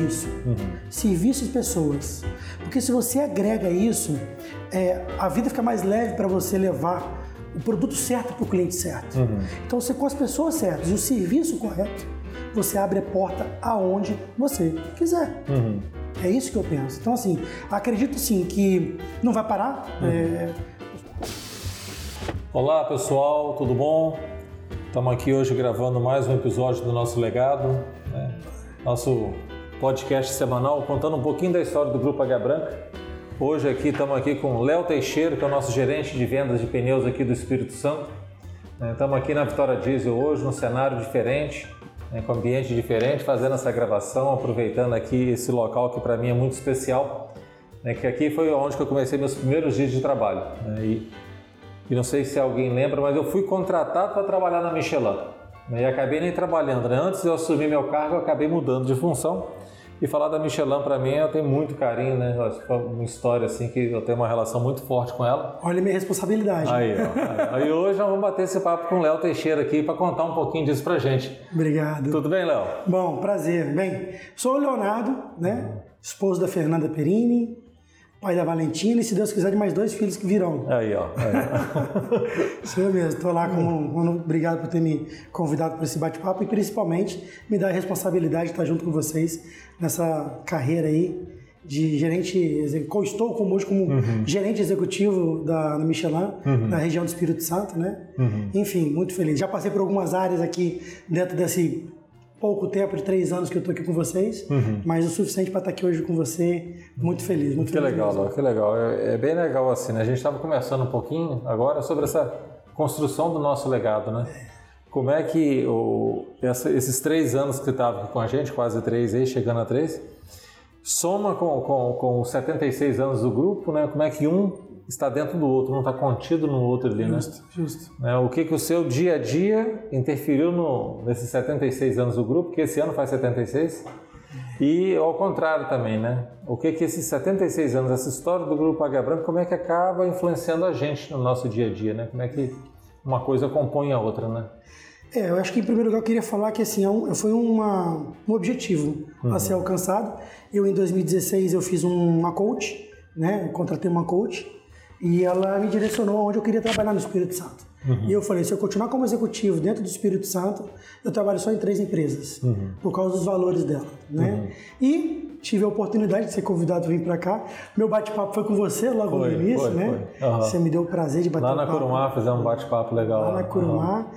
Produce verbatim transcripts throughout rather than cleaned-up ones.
serviço. Uhum. Serviço às pessoas. Porque se você agrega isso, é, a vida fica mais leve para você levar o produto certo para o cliente certo. Uhum. Então, você com as pessoas certas e o serviço correto, você abre a porta aonde você quiser. Uhum. É isso que eu penso. Então, assim, acredito sim que não vai parar. Uhum. É... Olá, pessoal, tudo bom? Estamos aqui hoje gravando mais um episódio do nosso legado, né? Nosso podcast semanal, contando um pouquinho da história do Grupo Águia Branca. Hoje aqui estamos aqui com o Léo Teixeira, que é o nosso gerente de vendas de pneus aqui do Espírito Santo. Estamos aqui na Vitória Diesel hoje, num cenário diferente, né, com ambiente diferente, fazendo essa gravação, aproveitando aqui esse local que para mim é muito especial, né, que aqui foi onde que eu comecei meus primeiros dias de trabalho. Né, e, e não sei se alguém lembra, mas eu fui contratado para trabalhar na Michelin, né, e acabei nem trabalhando. Né, antes de eu assumir meu cargo, eu acabei mudando de função. E falar da Michelin para mim, eu tenho muito carinho, né? É uma história assim que eu tenho uma relação muito forte com ela. Olha a minha responsabilidade. Aí, ó, aí, aí hoje nós vamos bater esse papo com o Léo Teixeira aqui para contar um pouquinho disso pra gente. Obrigado. Tudo bem, Léo? Bom, prazer. Bem, sou o Leonardo, né? Esposo da Fernanda Perini, pai da Valentina e, se Deus quiser, de mais dois filhos que virão. Aí, ó. Aí. Sou eu mesmo. Estou lá como... Obrigado por ter me convidado para esse bate-papo e, principalmente, me dar a responsabilidade de estar junto com vocês nessa carreira aí de gerente... Estou como hoje como uhum. gerente executivo da Michelin, uhum. na região do Espírito Santo, né? Uhum. Enfim, muito feliz. Já passei por algumas áreas aqui dentro desse... pouco tempo, de três anos que eu estou aqui com vocês, uhum. mas o suficiente para estar aqui hoje com você, muito feliz. Muito que feliz legal, Léo, que legal. É, é bem legal assim, né? A gente estava conversando um pouquinho agora sobre essa construção do nosso legado, né? Como é que o, essa, esses três anos que você estava aqui com a gente, quase três aí, chegando a três, soma com, com, com os setenta e seis anos do grupo, né? Como é que um está dentro do outro, não está contido no outro ali, justo, né? Justo, é, o que que o seu dia a dia interferiu no, nesses setenta e seis anos do grupo, que esse ano faz setenta e seis, e ao contrário também, né? O que que esses setenta e seis anos, essa história do Grupo Águia Branca, como é que acaba influenciando a gente no nosso dia a dia, né? Como é que uma coisa compõe a outra, né? É, eu acho que em primeiro lugar eu queria falar que assim, foi uma, um objetivo uhum. a ser alcançado. Eu em dois mil e dezesseis eu fiz uma coach, né? Eu contratei uma coach e ela me direcionou aonde eu queria trabalhar no Espírito Santo. Uhum. E eu falei, se eu continuar como executivo dentro do Espírito Santo, eu trabalho só em três empresas, uhum. por causa dos valores dela, né? Uhum. E tive a oportunidade de ser convidado a vir para cá. Meu bate-papo foi com você logo foi, no início, foi, né? Foi. Uhum. Você me deu o prazer de bater lá um na papo. Curumá, fizemos um bate-papo legal. Lá, lá na Curumá. Uhum.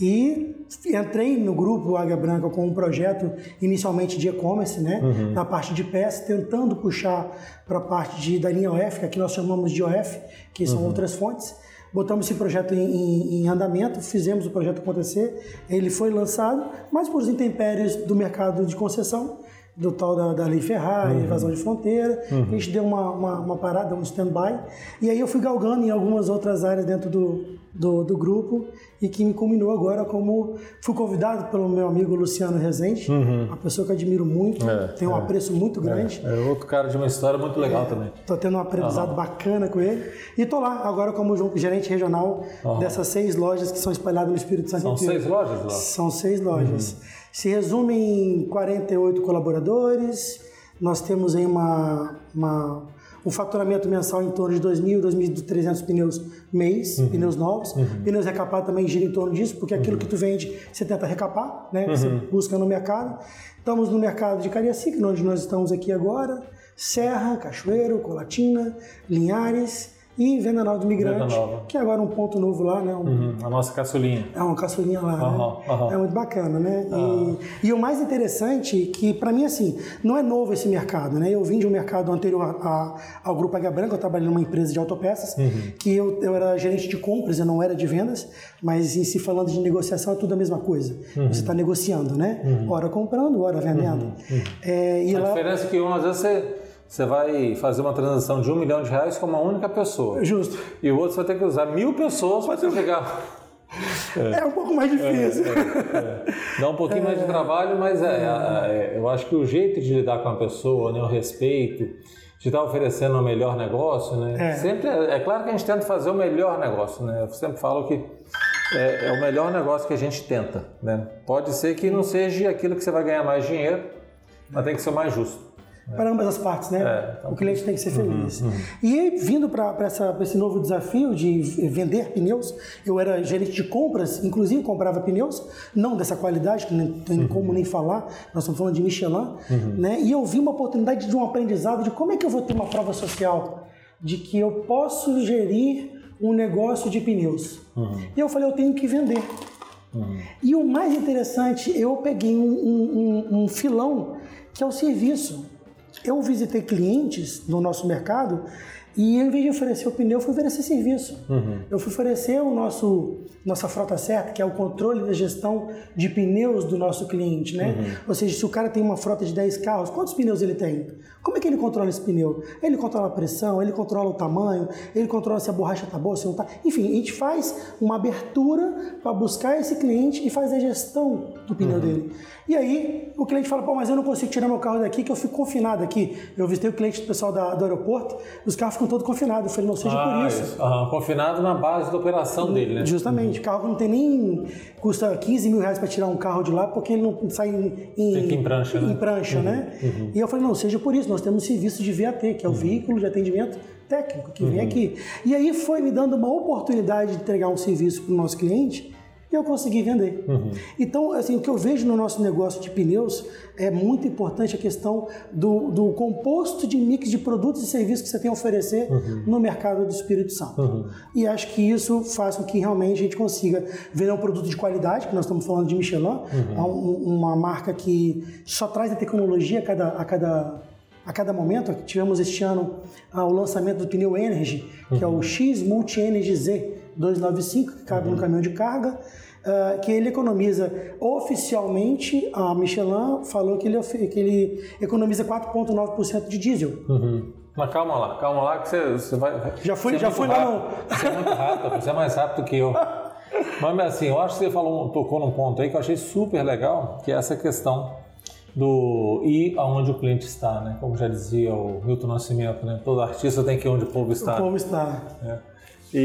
E entrei no grupo Águia Branca com um projeto inicialmente de e-commerce, né? Uhum. Na parte de peças, tentando puxar para a parte de, da linha O F, que aqui nós chamamos de O F, que são uhum. outras fontes. Botamos esse projeto em, em, em andamento, fizemos o projeto acontecer, ele foi lançado, mas por intempéries do mercado de concessão, do tal da, da Lei Ferrari, uhum. evasão de fronteira, uhum. a gente deu uma, uma, uma parada, um stand-by, e aí eu fui galgando em algumas outras áreas dentro do, do, do grupo, e que me culminou agora como fui convidado pelo meu amigo Luciano Rezende, uhum. uma pessoa que eu admiro muito, é, tenho um é, apreço muito grande. É, é outro cara de uma história muito legal é, também. Estou tendo um aprendizado uhum. bacana com ele, e estou lá agora como gerente regional uhum. dessas seis lojas que são espalhadas no Espírito Santo. São inteiro. seis lojas lá? São seis lojas. Uhum. Se resume em quarenta e oito colaboradores, nós temos aí uma, uma, um faturamento mensal em torno de dois mil, dois mil e trezentos pneus mês, uhum. pneus novos. Uhum. Pneus recapados também gira em torno disso, porque aquilo uhum. que tu vende, você tenta recapar, né? Uhum. Você busca no mercado. Estamos no mercado de Cariacica, onde nós estamos aqui agora, Serra, Cachoeiro, Colatina, Linhares e Venda Nova do Migrante, que é agora um ponto novo lá, né? Um, uhum, a nossa caçulinha. É uma caçulinha lá, uhum, né? Uhum. É muito bacana, né? Uhum. E, e o mais interessante que, para mim, assim, não é novo esse mercado, né? Eu vim de um mercado anterior a, a, ao Grupo Águia Branca, eu trabalhei numa empresa de autopeças, uhum. que eu, eu era gerente de compras, eu não era de vendas, mas em se falando de negociação é tudo a mesma coisa. Uhum. Você está negociando, né? Uhum. Hora comprando, hora vendendo. Uhum. Uhum. É, e a lá... diferença é que, às vezes, você... Você vai fazer uma transação de um milhão de reais com uma única pessoa. Justo. E o outro você vai ter que usar mil pessoas para você chegar. É. é um pouco mais difícil. É, é, é. Dá um pouquinho é. mais de trabalho, mas é, é, eu acho que o jeito de lidar com a pessoa, né, o respeito, de estar oferecendo o melhor negócio, né? É. Sempre é, é claro que a gente tenta fazer o melhor negócio, né? Eu sempre falo que é, é o melhor negócio que a gente tenta, né? Pode ser que não seja aquilo que você vai ganhar mais dinheiro, mas tem que ser o mais justo. Para ambas as partes, né? É, então, o cliente tem que ser feliz. Uhum, uhum. E aí, vindo para esse novo desafio de vender pneus, eu era gerente de compras, inclusive comprava pneus, não dessa qualidade, que não tem uhum. como nem falar, nós estamos falando de Michelin, uhum. né? E eu vi uma oportunidade de um aprendizado de como é que eu vou ter uma prova social, de que eu posso gerir um negócio de pneus. Uhum. E eu falei, eu tenho que vender. Uhum. E o mais interessante, eu peguei um, um, um, um filão que é o serviço. Eu visitei clientes no nosso mercado e, em vez de oferecer o pneu, eu fui oferecer serviço. Uhum. Eu fui oferecer o nosso, nossa frota certa, que é o controle da gestão de pneus do nosso cliente, né? Uhum. Ou seja, se o cara tem uma frota de dez carros, quantos pneus ele tem? Como é que ele controla esse pneu? Ele controla a pressão, ele controla o tamanho, ele controla se a borracha está boa, se não está. Enfim, a gente faz uma abertura para buscar esse cliente e faz a gestão do pneu uhum. dele. E aí, o cliente fala, pô, mas eu não consigo tirar meu carro daqui, que eu fico confinado aqui. Eu visitei o cliente do pessoal da, do aeroporto, os carros ficam todos confinados. Eu falei, não seja ah, por isso. isso. Uhum. Confinado na base da operação uhum. dele, né? Justamente. Uhum. O carro não tem nem... Custa quinze mil reais para tirar um carro de lá, porque ele não sai em... em Fica em prancha, em né? prancha, uhum. né? Uhum. E eu falei, não seja por isso. Nós temos serviço de V A T, que é o uhum. veículo de atendimento técnico, que vem uhum. aqui. E aí foi me dando uma oportunidade de entregar um serviço para o nosso cliente e eu consegui vender. Uhum. Então, assim, o que eu vejo no nosso negócio de pneus é muito importante a questão do, do composto de mix de produtos e serviços que você tem a oferecer uhum. no mercado do Espírito Santo. Uhum. E acho que isso faz com que realmente a gente consiga vender um produto de qualidade, que nós estamos falando de Michelin, uhum. uma marca que só traz a tecnologia a cada, a cada, a cada momento. Tivemos este ano ah, o lançamento do pneu Energy, uhum. que é o X Multi Energy Z duzentos e noventa e cinco, que cabe uhum. no caminhão de carga, uh, que ele economiza, oficialmente, a Michelin falou que ele, que ele economiza quatro vírgula nove por cento de diesel. Uhum. Mas calma lá, calma lá que você, você vai... Já fui, é já fui lá no... Você é muito rápido, você é mais rápido que eu. Mas assim, eu acho que você falou, tocou num ponto aí que eu achei super legal, que é essa questão do ir aonde o cliente está, né? Como já dizia o Milton Nascimento, né? Todo artista tem que ir onde o povo está. O povo está. É.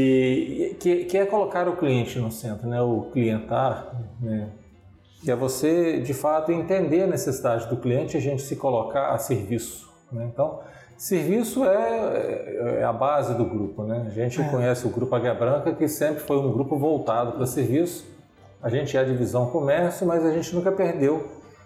E que, que é colocar o cliente no centro, né? O clientar, né? Que é você, de fato, entender a necessidade do cliente e a gente se colocar a serviço, né? Então, serviço é, é a base do grupo, né? A gente é. conhece o Grupo Águia Branca, que sempre foi um grupo voltado para serviço. A gente é a divisão comércio, mas a gente nunca perdeu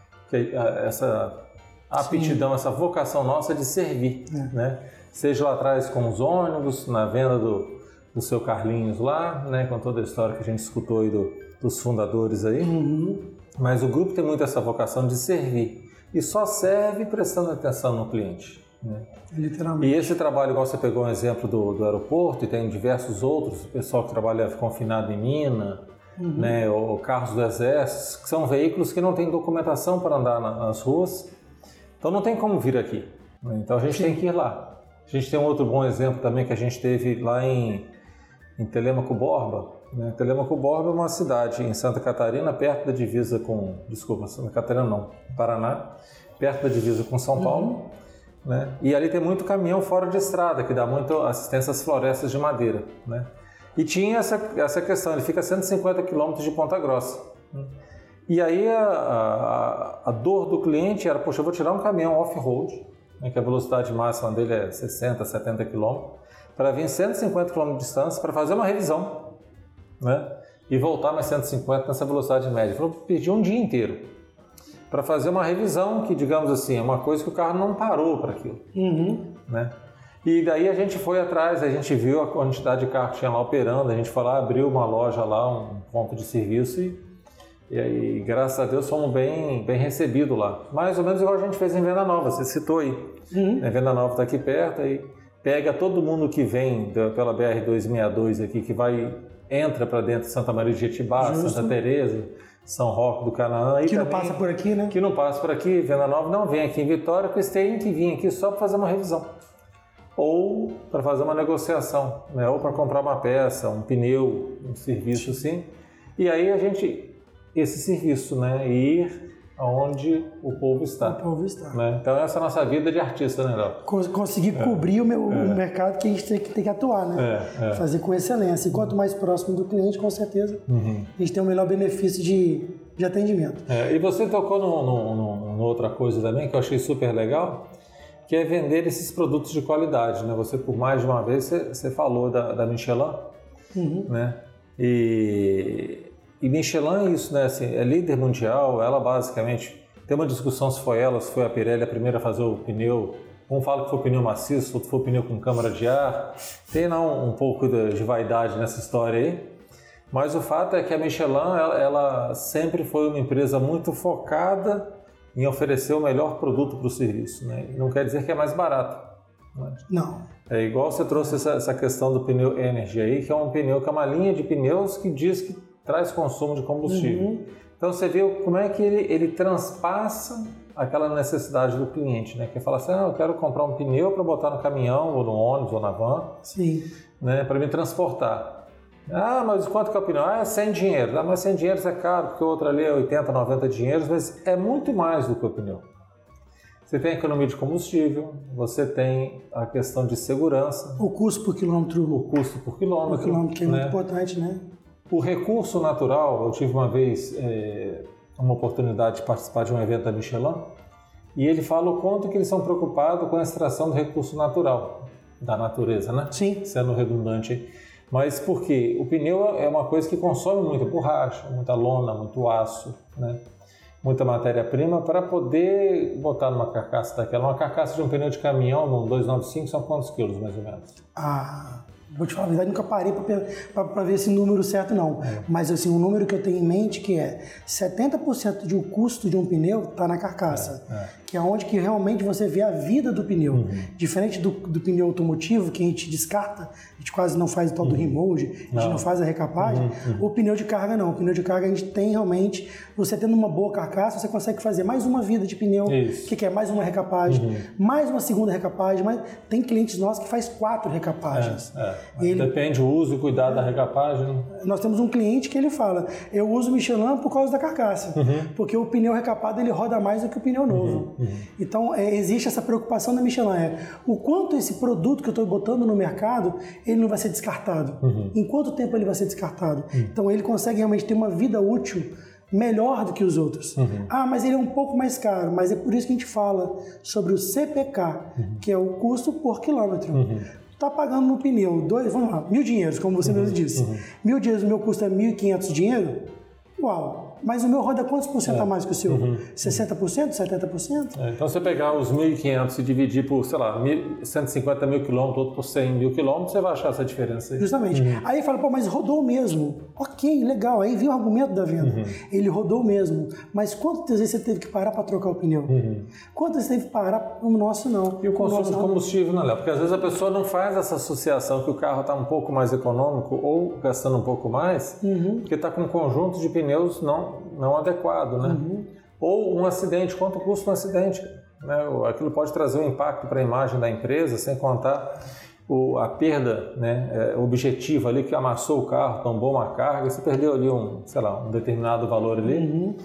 essa aptidão, Sim. essa vocação nossa de servir, é. né? Seja lá atrás com os ônibus, na venda do do seu Carlinhos lá, né, com toda a história que a gente escutou aí do, dos fundadores aí. Uhum. Mas o grupo tem muito essa vocação de servir. E só serve prestando atenção no cliente. Né? Literalmente. E esse trabalho, igual você pegou um exemplo do, do aeroporto, e tem diversos outros, o pessoal que trabalha confinado em mina, uhum. né, ou carros do exército, que são veículos que não têm documentação para andar na, nas ruas. Então não tem como vir aqui. Né? Então a gente Sim. tem que ir lá. A gente tem um outro bom exemplo também que a gente teve lá em em Telêmaco Borba, né? Telêmaco Borba é uma cidade em Santa Catarina, perto da divisa com, desculpa, Santa Catarina não, Paraná, perto da divisa com São Paulo, uhum. né? E ali tem muito caminhão fora de estrada, que dá muito assistência às florestas de madeira, né? E tinha essa, essa questão, ele fica a cento e cinquenta quilômetros de Ponta Grossa, né? E aí a, a, a dor do cliente era, poxa, eu vou tirar um caminhão off-road, né? Que a velocidade máxima dele é sessenta, setenta quilômetros, para vir cento e cinquenta quilômetros de distância para fazer uma revisão, né? E voltar mais cento e cinquenta nessa velocidade média. Falou, perdi um dia inteiro para fazer uma revisão que, digamos assim, é uma coisa que o carro não parou para aquilo, uhum. né? E daí a gente foi atrás, a gente viu a quantidade de carro que tinha lá operando, a gente foi lá, abriu uma loja lá, um ponto de serviço e, e aí, graças a Deus, fomos bem, bem recebidos lá. Mais ou menos igual a gente fez em Venda Nova, você citou aí. Uhum. Né? Venda Nova está aqui perto, aí pega todo mundo que vem pela B R duzentos e sessenta e dois aqui, que vai, entra para dentro de Santa Maria de Jetibá, Justo. Santa Teresa, São Roque do Canaã. Que também, não passa por aqui, né? Que não passa por aqui, Venda Nova não vem aqui em Vitória, porque eles têm que vir aqui só para fazer uma revisão. Ou para fazer uma negociação, né? Ou para comprar uma peça, um pneu, um serviço assim. E aí a gente, esse serviço, né? Ir aonde o povo está. O povo está. Né? Então essa é a nossa vida de artista, né, Léo? Conseguir é. cobrir o, meu, é. o mercado que a gente tem que, tem que atuar, né? É. É. Fazer com excelência. E quanto mais próximo do cliente, com certeza, uhum. a gente tem o melhor benefício de de atendimento. É, e você tocou numa outra coisa também que eu achei super legal, que é vender esses produtos de qualidade, né? Você, por mais de uma vez, você, você falou da, da Michelin, uhum. né? E, e Michelin é isso, né? Assim, é líder mundial, ela basicamente... Tem uma discussão se foi ela, se foi a Pirelli a primeira a fazer o pneu. Um fala que foi pneu maciço, outro foi pneu com câmara de ar. Tem lá um, um pouco de, de vaidade nessa história aí. Mas o fato é que a Michelin, ela, ela sempre foi uma empresa muito focada em oferecer o melhor produto para o serviço, né? Não quer dizer que é mais barato. Né? Não. É igual você trouxe essa, essa questão do pneu Energy aí, que é um pneu que é uma linha de pneus que diz que traz consumo de combustível. Uhum. Então você vê como é que ele, ele transpassa aquela necessidade do cliente, né? Que fala assim, ah, eu quero comprar um pneu para botar no caminhão, ou no ônibus, ou na van, Sim. né? Para me transportar. Ah, mas quanto que é o pneu? Ah, é cem dinheiros. Ah, mas cem dinheiros é caro, porque o outro ali é oitenta, noventa dinheiros, mas é muito mais do que o pneu. Você tem a economia de combustível, você tem a questão de segurança. O custo por quilômetro. O custo por quilômetro. O quilômetro, que é né? muito importante, né? O recurso natural, eu tive uma vez é, uma oportunidade de participar de um evento da Michelin, e ele fala o quanto que eles são preocupados com a extração do recurso natural, da natureza, né? Sim. Sendo redundante aí. Mas por quê? O pneu é uma coisa que consome muita borracha, muita lona, muito aço, né? Muita matéria-prima para poder botar numa carcaça daquela. Uma carcaça de um pneu de caminhão, um duzentos e noventa e cinco, são quantos quilos, mais ou menos? Ah, vou te falar a verdade, nunca parei para ver esse número certo, não. É. Mas assim, um número que eu tenho em mente que é setenta por cento do custo de um pneu está na carcaça. É, é. Que é onde que realmente você vê a vida do pneu. Uhum. Diferente do, do pneu automotivo, que a gente descarta, a gente quase não faz o tal do remold, a gente não, não faz a recapagem. Uhum, uhum. O pneu de carga não. O pneu de carga a gente tem realmente, você tendo uma boa carcaça, você consegue fazer mais uma vida de pneu, Isso. que, que é mais uma recapagem, uhum. mais uma segunda recapagem, mas tem clientes nossos que faz quatro recapagens. É, é. Ele, Depende do uso e cuidado é, da recapagem. Nós temos um cliente que ele fala, eu uso o Michelin por causa da carcaça, uhum. porque o pneu recapado ele roda mais do que o pneu novo. Uhum. Uhum. Então, é, existe essa preocupação da Michelin, é o quanto esse produto que eu estou botando no mercado, ele não vai ser descartado. Uhum. Em quanto tempo ele vai ser descartado? Uhum. Então, ele consegue realmente ter uma vida útil melhor do que os outros. Uhum. Ah, mas ele é um pouco mais caro, mas é por isso que a gente fala sobre o C P K, uhum. que é o custo por quilômetro. Uhum. Está pagando no pneu, dois, vamos lá, mil dinheiros, como você uhum. mesmo disse. Uhum. Mil dinheiros, o meu custo é mil e quinhentos dinheiro, uau! Mas o meu roda quantos por cento é. a mais que o seu? Uhum. sessenta por cento? setenta por cento? É, então, você pegar os mil e quinhentos e dividir por, sei lá, cento e cinquenta mil quilômetros, outro por cem mil quilômetros, você vai achar essa diferença aí. Justamente. Uhum. Aí fala, pô, mas rodou mesmo. Ok, legal. Aí vem o argumento da venda. Uhum. Ele rodou mesmo. Mas quantas vezes você teve que parar para trocar o pneu? Uhum. Quantas vezes você teve que parar? O nosso não. E o consumo de combustível, né, Léo? Porque às vezes a pessoa não faz essa associação que o carro está um pouco mais econômico ou gastando um pouco mais, uhum. porque está com um conjunto de pneus não, não adequado. Né? Uhum. Ou um acidente, quanto custa um acidente? Né? Aquilo pode trazer um impacto para a imagem da empresa, sem contar o, a perda, né? é, objetiva ali que amassou o carro, tombou uma carga, você perdeu ali um, sei lá, um determinado valor ali, uhum.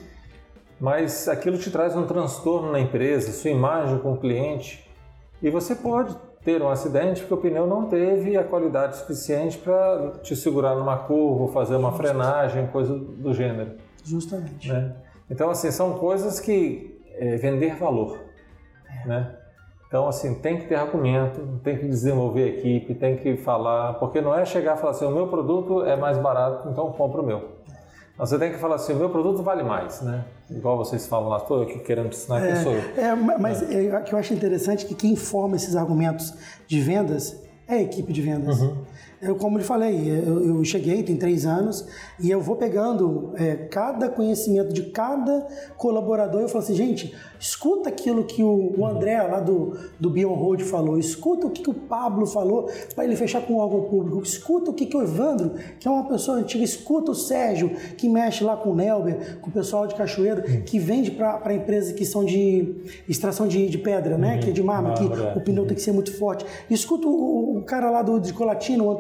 mas aquilo te traz um transtorno na empresa, sua imagem com o cliente, e você pode ter um acidente porque o pneu não teve a qualidade suficiente para te segurar numa curva, fazer uma frenagem, coisa do gênero. Justamente. Né? Então, assim, são coisas que é, vender valor, é. né? Então, assim, tem que ter argumento, tem que desenvolver equipe, tem que falar, porque não é chegar e falar assim, o meu produto é mais barato, então compra o meu. Você tem que falar assim, o meu produto vale mais, né? Igual vocês falam lá, estou aqui querendo te ensinar, quem é, sou eu. É, mas é. É, que eu acho interessante que quem forma esses argumentos de vendas é a equipe de vendas. Uhum. Eu, como eu falei, eu, eu cheguei, tem três anos, e eu vou pegando é, cada conhecimento de cada colaborador. Eu falo assim, gente, escuta aquilo que o, o André lá do, do Beyond Road falou, escuta o que, que o Pablo falou para ele fechar com o órgão público, escuta o que, que o Evandro, que é uma pessoa antiga, escuta o Sérgio, que mexe lá com o Nelber, com o pessoal de Cachoeiro, uhum. que vende para empresas que são de extração de, de pedra, né, uhum. que é de mármore, que o pneu uhum. tem que ser muito forte. Escuta o, o cara lá do, de Colatina, o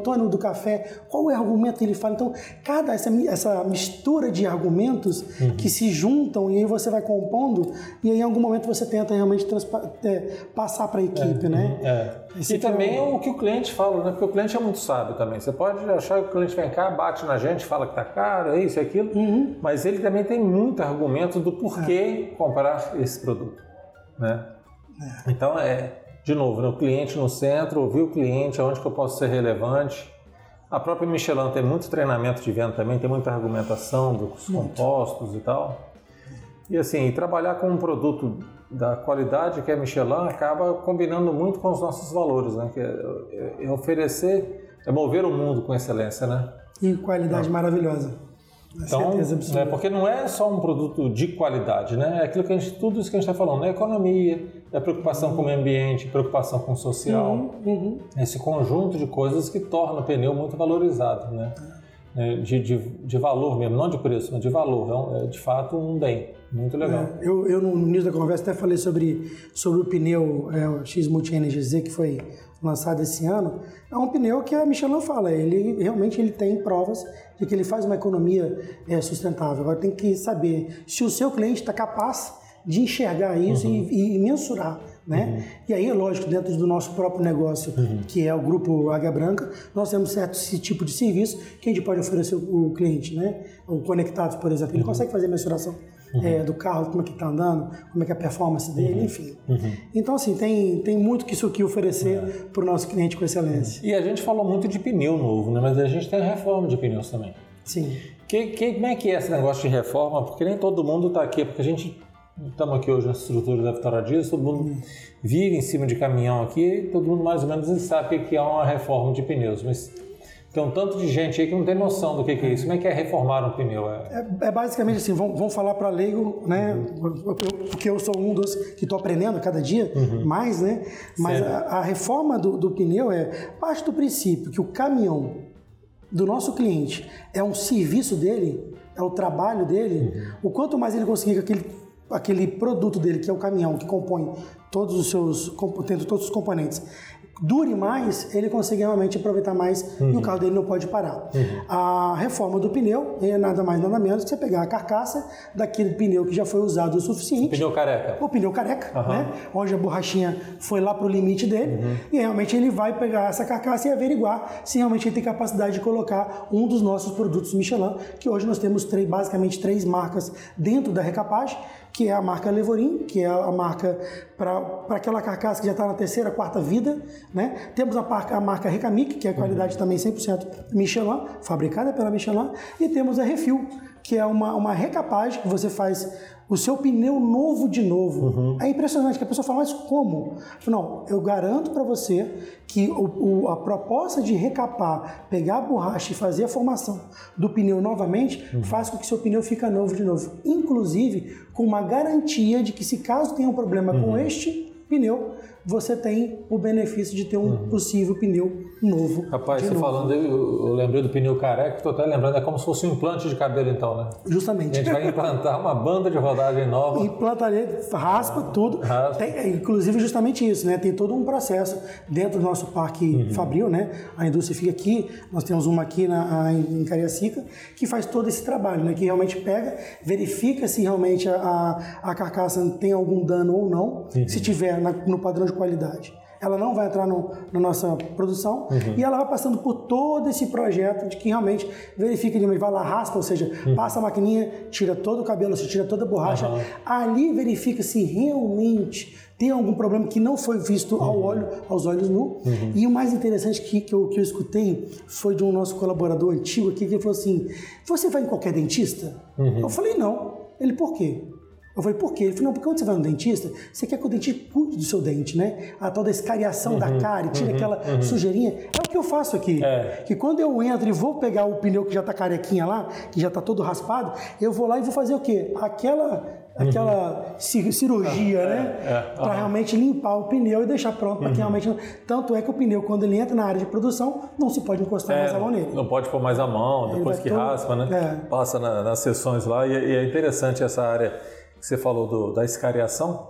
Antônio do café, qual é o argumento que ele fala? Então, cada essa, essa mistura de argumentos uhum. que se juntam e aí você vai compondo e aí, em algum momento você tenta realmente transpa- é, passar para a equipe, é, né? É. E também é o que o cliente fala, né? Porque o cliente é muito sábio também. Você pode achar que o cliente vem cá, bate na gente, fala que tá caro, é isso, é aquilo, uhum. mas ele também tem muito argumento do porquê é. comprar esse produto, né? É. Então, é, de novo, né? O cliente no centro, ouvir o cliente, aonde que eu posso ser relevante. A própria Michelin tem muito treinamento de venda também, tem muita argumentação dos muito. compostos e tal. E assim, trabalhar com um produto da qualidade que é Michelin acaba combinando muito com os nossos valores, né? Que é, é oferecer, é mover o mundo com excelência, né? E qualidade é. maravilhosa. Então, né, porque não é só um produto de qualidade, né? É aquilo que a gente, tudo isso que a gente está falando, é economia, é preocupação uhum. com o meio ambiente, preocupação com o social, uhum. Uhum. esse conjunto de coisas que torna o pneu muito valorizado, né? É, de, de, de valor mesmo, não de preço, mas de valor, é, é de fato um bem, muito legal. É, eu, eu no início da conversa até falei sobre, sobre o pneu é, o X Multi N G Z que foi lançado esse ano. É um pneu que a Michelin fala, ele realmente ele tem provas de que ele faz uma economia é, sustentável. Agora tem que saber se o seu cliente está capaz de enxergar isso uhum. e, e mensurar, né? Uhum. E aí, é lógico, dentro do nosso próprio negócio, uhum. que é o Grupo Águia Branca, nós temos certo esse tipo de serviço que a gente pode oferecer ao cliente, né? O Conectados, por exemplo, ele uhum. consegue fazer a mensuração uhum. é, do carro, como é que está andando, como é que é a performance dele, uhum. enfim. Uhum. Então, assim, tem, tem muito que isso aqui oferecer uhum. para o nosso cliente com excelência. E a gente falou muito de pneu novo, né? Mas a gente tem a reforma de pneus também. Sim. Que, que, como é que é esse negócio de reforma? Porque nem todo mundo está aqui, porque a gente... Estamos aqui hoje na estrutura da Vitória Dias, todo mundo hum. vive em cima de caminhão aqui, todo mundo mais ou menos sabe o que é uma reforma de pneus, mas tem um tanto de gente aí que não tem noção do que é isso. Como é que é reformar um pneu? É, é, é basicamente assim, vamos, vamos falar para leigo, né? Uhum. Porque eu sou um dos que estou aprendendo cada dia uhum. mais, né? Mas a, a reforma do, do pneu é parte do princípio que o caminhão do nosso cliente é um serviço dele, é o trabalho dele, uhum. o quanto mais ele conseguir que aquele aquele produto dele, que é o caminhão, que compõe todos os seus, tendo todos os componentes, dure mais, ele consegue realmente aproveitar mais uhum. e o carro dele não pode parar. Uhum. A reforma do pneu é nada mais nada menos que você pegar a carcaça daquele pneu que já foi usado o suficiente. O pneu careca. O pneu careca, uhum. né? Onde a borrachinha foi lá para o limite dele uhum. e realmente ele vai pegar essa carcaça e averiguar se realmente ele tem capacidade de colocar um dos nossos produtos Michelin, que hoje nós temos três, basicamente três marcas dentro da recapagem, que é a marca Levorin, que é a marca para aquela carcaça que já está na terceira, quarta vida, né? Temos a marca, a marca Recamic, que é a qualidade uhum. também cem por cento Michelin, fabricada pela Michelin, e temos a Refil, que é uma, uma recapagem que você faz o seu pneu novo de novo. Uhum. É impressionante que a pessoa fala, mas como? Não, eu garanto para você que o, o, a proposta de recapar, pegar a borracha e fazer a formação do pneu novamente, uhum. faz com que seu pneu fique novo de novo. Inclusive, com uma garantia de que se caso tenha um problema uhum. com este pneu, você tem o benefício de ter um uhum. possível pneu novo. Rapaz, você novo. falando, eu, eu lembrei do pneu careca, estou até lembrando, é como se fosse um implante de cabelo então, né? Justamente. A gente vai implantar uma banda de rodagem nova. Implantaria, raspa ah, tudo. Raspa. Tem, inclusive justamente isso, né? Tem todo um processo dentro do nosso parque uhum. fabril, né? A indústria fica aqui, nós temos uma aqui na, em Cariacica, que faz todo esse trabalho, né? Que realmente pega, verifica se realmente a, a carcaça tem algum dano ou não, uhum. se tiver na, no padrão de qualidade. Ela não vai entrar no, na nossa produção uhum. e ela vai passando por todo esse projeto de que realmente verifica, vai lá, raspa, ou seja, uhum. passa a maquininha, tira todo o cabelo, se tira toda a borracha. Uhum. Ali verifica se realmente tem algum problema que não foi visto uhum. ao olho, aos olhos nu. Uhum. E o mais interessante que, que, eu, que eu escutei foi de um nosso colaborador antigo aqui, que ele falou assim, você vai em qualquer dentista? Uhum. Eu falei, não. Ele, por quê? Eu falei, por quê? Ele falou, não, porque quando você vai no dentista, você quer que o dentista cuide do seu dente, né? A tal da escariação uhum, da cárie, tira uhum, aquela uhum. sujeirinha. É o que eu faço aqui. É. Que quando eu entro e vou pegar o pneu que já tá carequinha lá, que já tá todo raspado, eu vou lá e vou fazer o quê? Aquela, uhum. aquela cirurgia, ah, né? É, é. Para uhum. realmente limpar o pneu e deixar pronto para uhum. que realmente... Tanto é que o pneu, quando ele entra na área de produção, não se pode encostar é, mais a mão nele. Não pode pôr mais a mão, depois que todo... raspa, né? É. Passa na, nas sessões lá e, e é interessante essa área que você falou do, da escariação.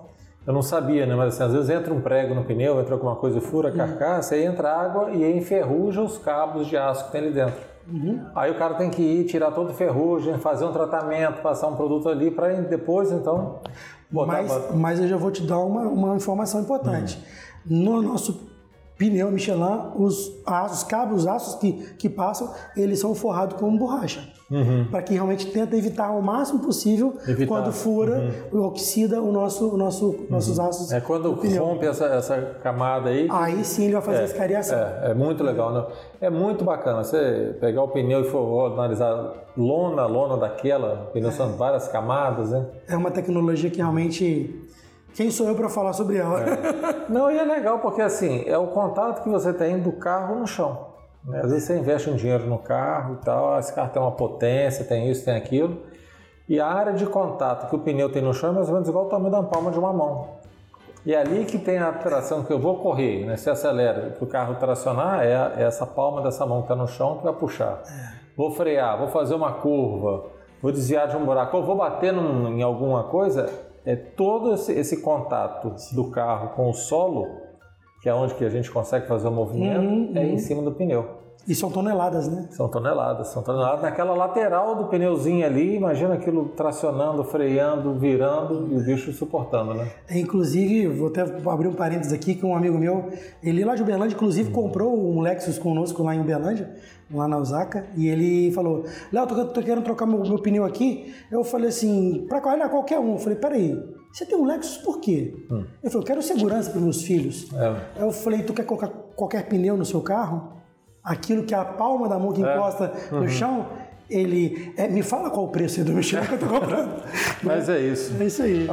Eu não sabia, né? Mas assim, às vezes entra um prego no pneu, entra alguma coisa e fura a carcaça, uhum. aí entra água e aí enferruja os cabos de aço que tem ali dentro. Uhum. Aí o cara tem que ir, tirar toda a ferrugem, fazer um tratamento, passar um produto ali para depois, então... botar mas, pra... mas eu já vou te dar uma, uma informação importante. Uhum. No nosso pneu Michelin, os, aços, os cabos, os aços que, que passam, eles são forrados com borracha. Uhum. Para que realmente tenta evitar o máximo possível evitar. Quando fura, uhum. oxida o nosso, o nosso, uhum. nossos aços. É quando rompe essa, essa camada aí. Aí sim ele vai fazer é, a escariação. É, é muito legal, né? É muito bacana. Você pegar o pneu e for analisar lona, lona daquela, pneu é. São várias camadas, né? É uma tecnologia que realmente. Quem sou eu para falar sobre ela? É. Não, e é legal porque assim, é o contato que você tem do carro no chão. Né? Às vezes você investe um dinheiro no carro e tal, esse carro tem uma potência, tem isso, tem aquilo. E a área de contato que o pneu tem no chão é mais ou menos igual ao tamanho da palma de uma mão. E é ali que tem a tração que eu vou correr, né? Se acelera, para o carro tracionar, é, a, é essa palma dessa mão que está no chão que vai puxar. É. Vou frear, vou fazer uma curva, vou desviar de um buraco, ou vou bater num, em alguma coisa. É todo esse, esse contato do carro com o solo, que é onde que a gente consegue fazer o movimento, uhum, é uhum. em cima do pneu. E são toneladas, né? São toneladas, são toneladas. Naquela lateral do pneuzinho ali, imagina aquilo tracionando, freando, virando e o bicho suportando, né? É, inclusive, vou até abrir um parênteses aqui, que um amigo meu, ele lá de Uberlândia, inclusive, comprou um Lexus conosco lá em Uberlândia, lá na Osaka, e ele falou, Léo, tô, tô querendo trocar meu, meu pneu aqui. Eu falei assim, pra qual? Qualquer um. Eu falei, peraí, você tem um Lexus por quê? Hum. Ele falou, quero segurança para meus filhos. É. Eu falei, tu quer colocar qualquer pneu no seu carro? Aquilo que é a palma da mão que encosta é. uhum. no chão, ele... É, me fala qual o preço do Michelin que eu tô comprando. Mas é isso. É isso aí.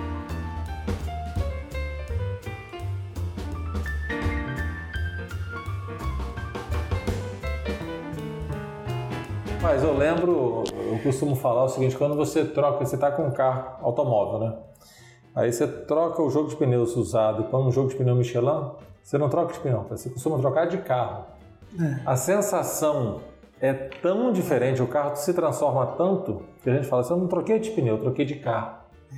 Mas eu lembro, eu costumo falar o seguinte, quando você troca, você está com um carro automóvel, né? Aí você troca o jogo de pneus usado e põe um jogo de pneu Michelin, você não troca de pneu, você costuma trocar de carro. É. A sensação é tão diferente, o carro se transforma tanto, que a gente fala assim, eu não troquei de pneu, eu troquei de carro.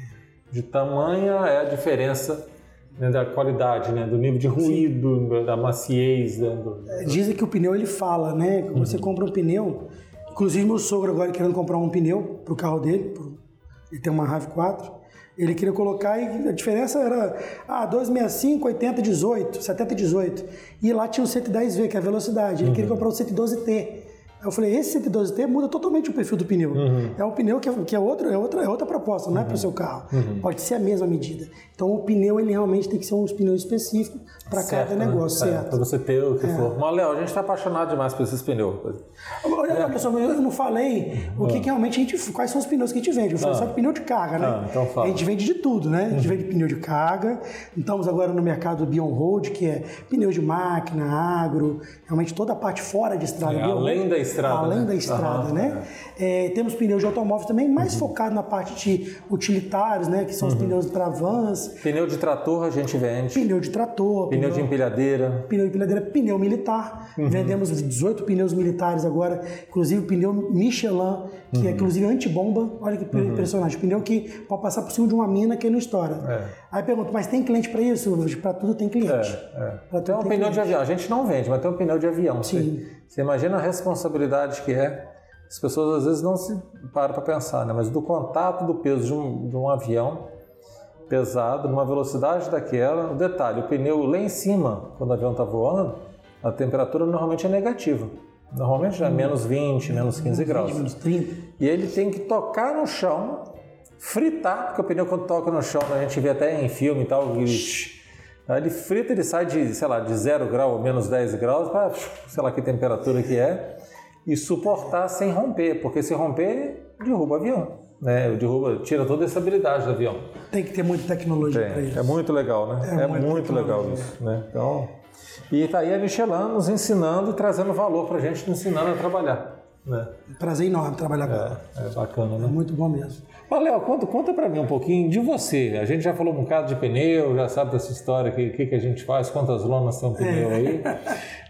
De tamanha é a diferença, né, da qualidade, né, do nível de ruído, Sim. da maciez. Né, do... Dizem que o pneu ele fala, né? Quando uhum. você compra um pneu, inclusive meu sogro agora querendo comprar um pneu para o carro dele, ele tem uma RAV quatro, ele queria colocar e a diferença era ah, duzentos e sessenta e cinco, oitenta, dezoito, setenta, dezoito. E lá tinha o cento e dez V, que é a velocidade. Ele uhum. queria comprar o cento e doze T. Eu falei, esse cento e doze T muda totalmente o perfil do pneu. Uhum. É um pneu que é, que é, outro, é, outra, é outra proposta, não é uhum. para o seu carro. Uhum. Pode ser a mesma medida. Então o pneu ele realmente tem que ser um pneu específico para cada negócio, né? certo? É, para você ter o que é. for. Mas, Léo, a gente está apaixonado demais por esses pneus. Olha, é. pessoal, eu não falei o que, que realmente a gente... Quais são os pneus que a gente vende. Eu falei ah. só de pneu de carga, né? Ah, então fala. A gente vende de tudo, né? A gente uhum. vende pneu de carga. Estamos agora no mercado Beyond Road, que é pneu de máquina, agro, realmente toda a parte fora de estrada. É, além da estrada. Além né? da estrada, uhum, né? É. É, temos pneus de automóveis também, mais uhum. focado na parte de utilitários, né? Que são os uhum. pneus para vans. Pneu de trator a gente vende. Pneu de trator. Pneu, pneu de empilhadeira. Pneu de empilhadeira, pneu militar. Uhum. Vendemos dezoito pneus militares agora, inclusive pneu Michelin, que uhum. é inclusive antibomba. Olha que uhum. impressionante. Pneu que pode passar por cima de uma mina que não estoura. É. Aí pergunto, mas tem cliente para isso? Para tudo tem cliente. É, é. Tem um tem pneu cliente. de avião. A gente não vende, mas tem um pneu de avião. Sim. Você, você imagina a responsabilidade que é. As pessoas às vezes não se param para pensar, né? Mas do contato do peso de um, de um avião pesado, numa velocidade daquela, o detalhe, o pneu lá em cima, quando o avião está voando, a temperatura normalmente é negativa. Normalmente já é menos vinte, menos quinze graus. Menos trinta. E ele tem que tocar no chão, fritar, porque o pneu quando toca no chão, a gente vê até em filme e tal, ele, ele frita, ele sai de, sei lá, de zero grau ou menos dez graus para, sei lá que temperatura que é, e suportar sem romper, porque se romper, derruba o avião, né? Derruba, tira toda a estabilidade do avião. Tem que ter muita tecnologia para isso. É muito legal, né? É, é muito, muito legal isso, né? Então, e tá aí a Michelin nos ensinando, trazendo valor para a gente, nos ensinando a trabalhar, né? Prazer enorme trabalhar com ela. É, é bacana, né? É muito bom mesmo. Mas, Léo, conta, conta para mim um pouquinho de você. A gente já falou um bocado de pneu, já sabe dessa história, o que, que, que a gente faz, quantas lonas tem um pneu é. aí.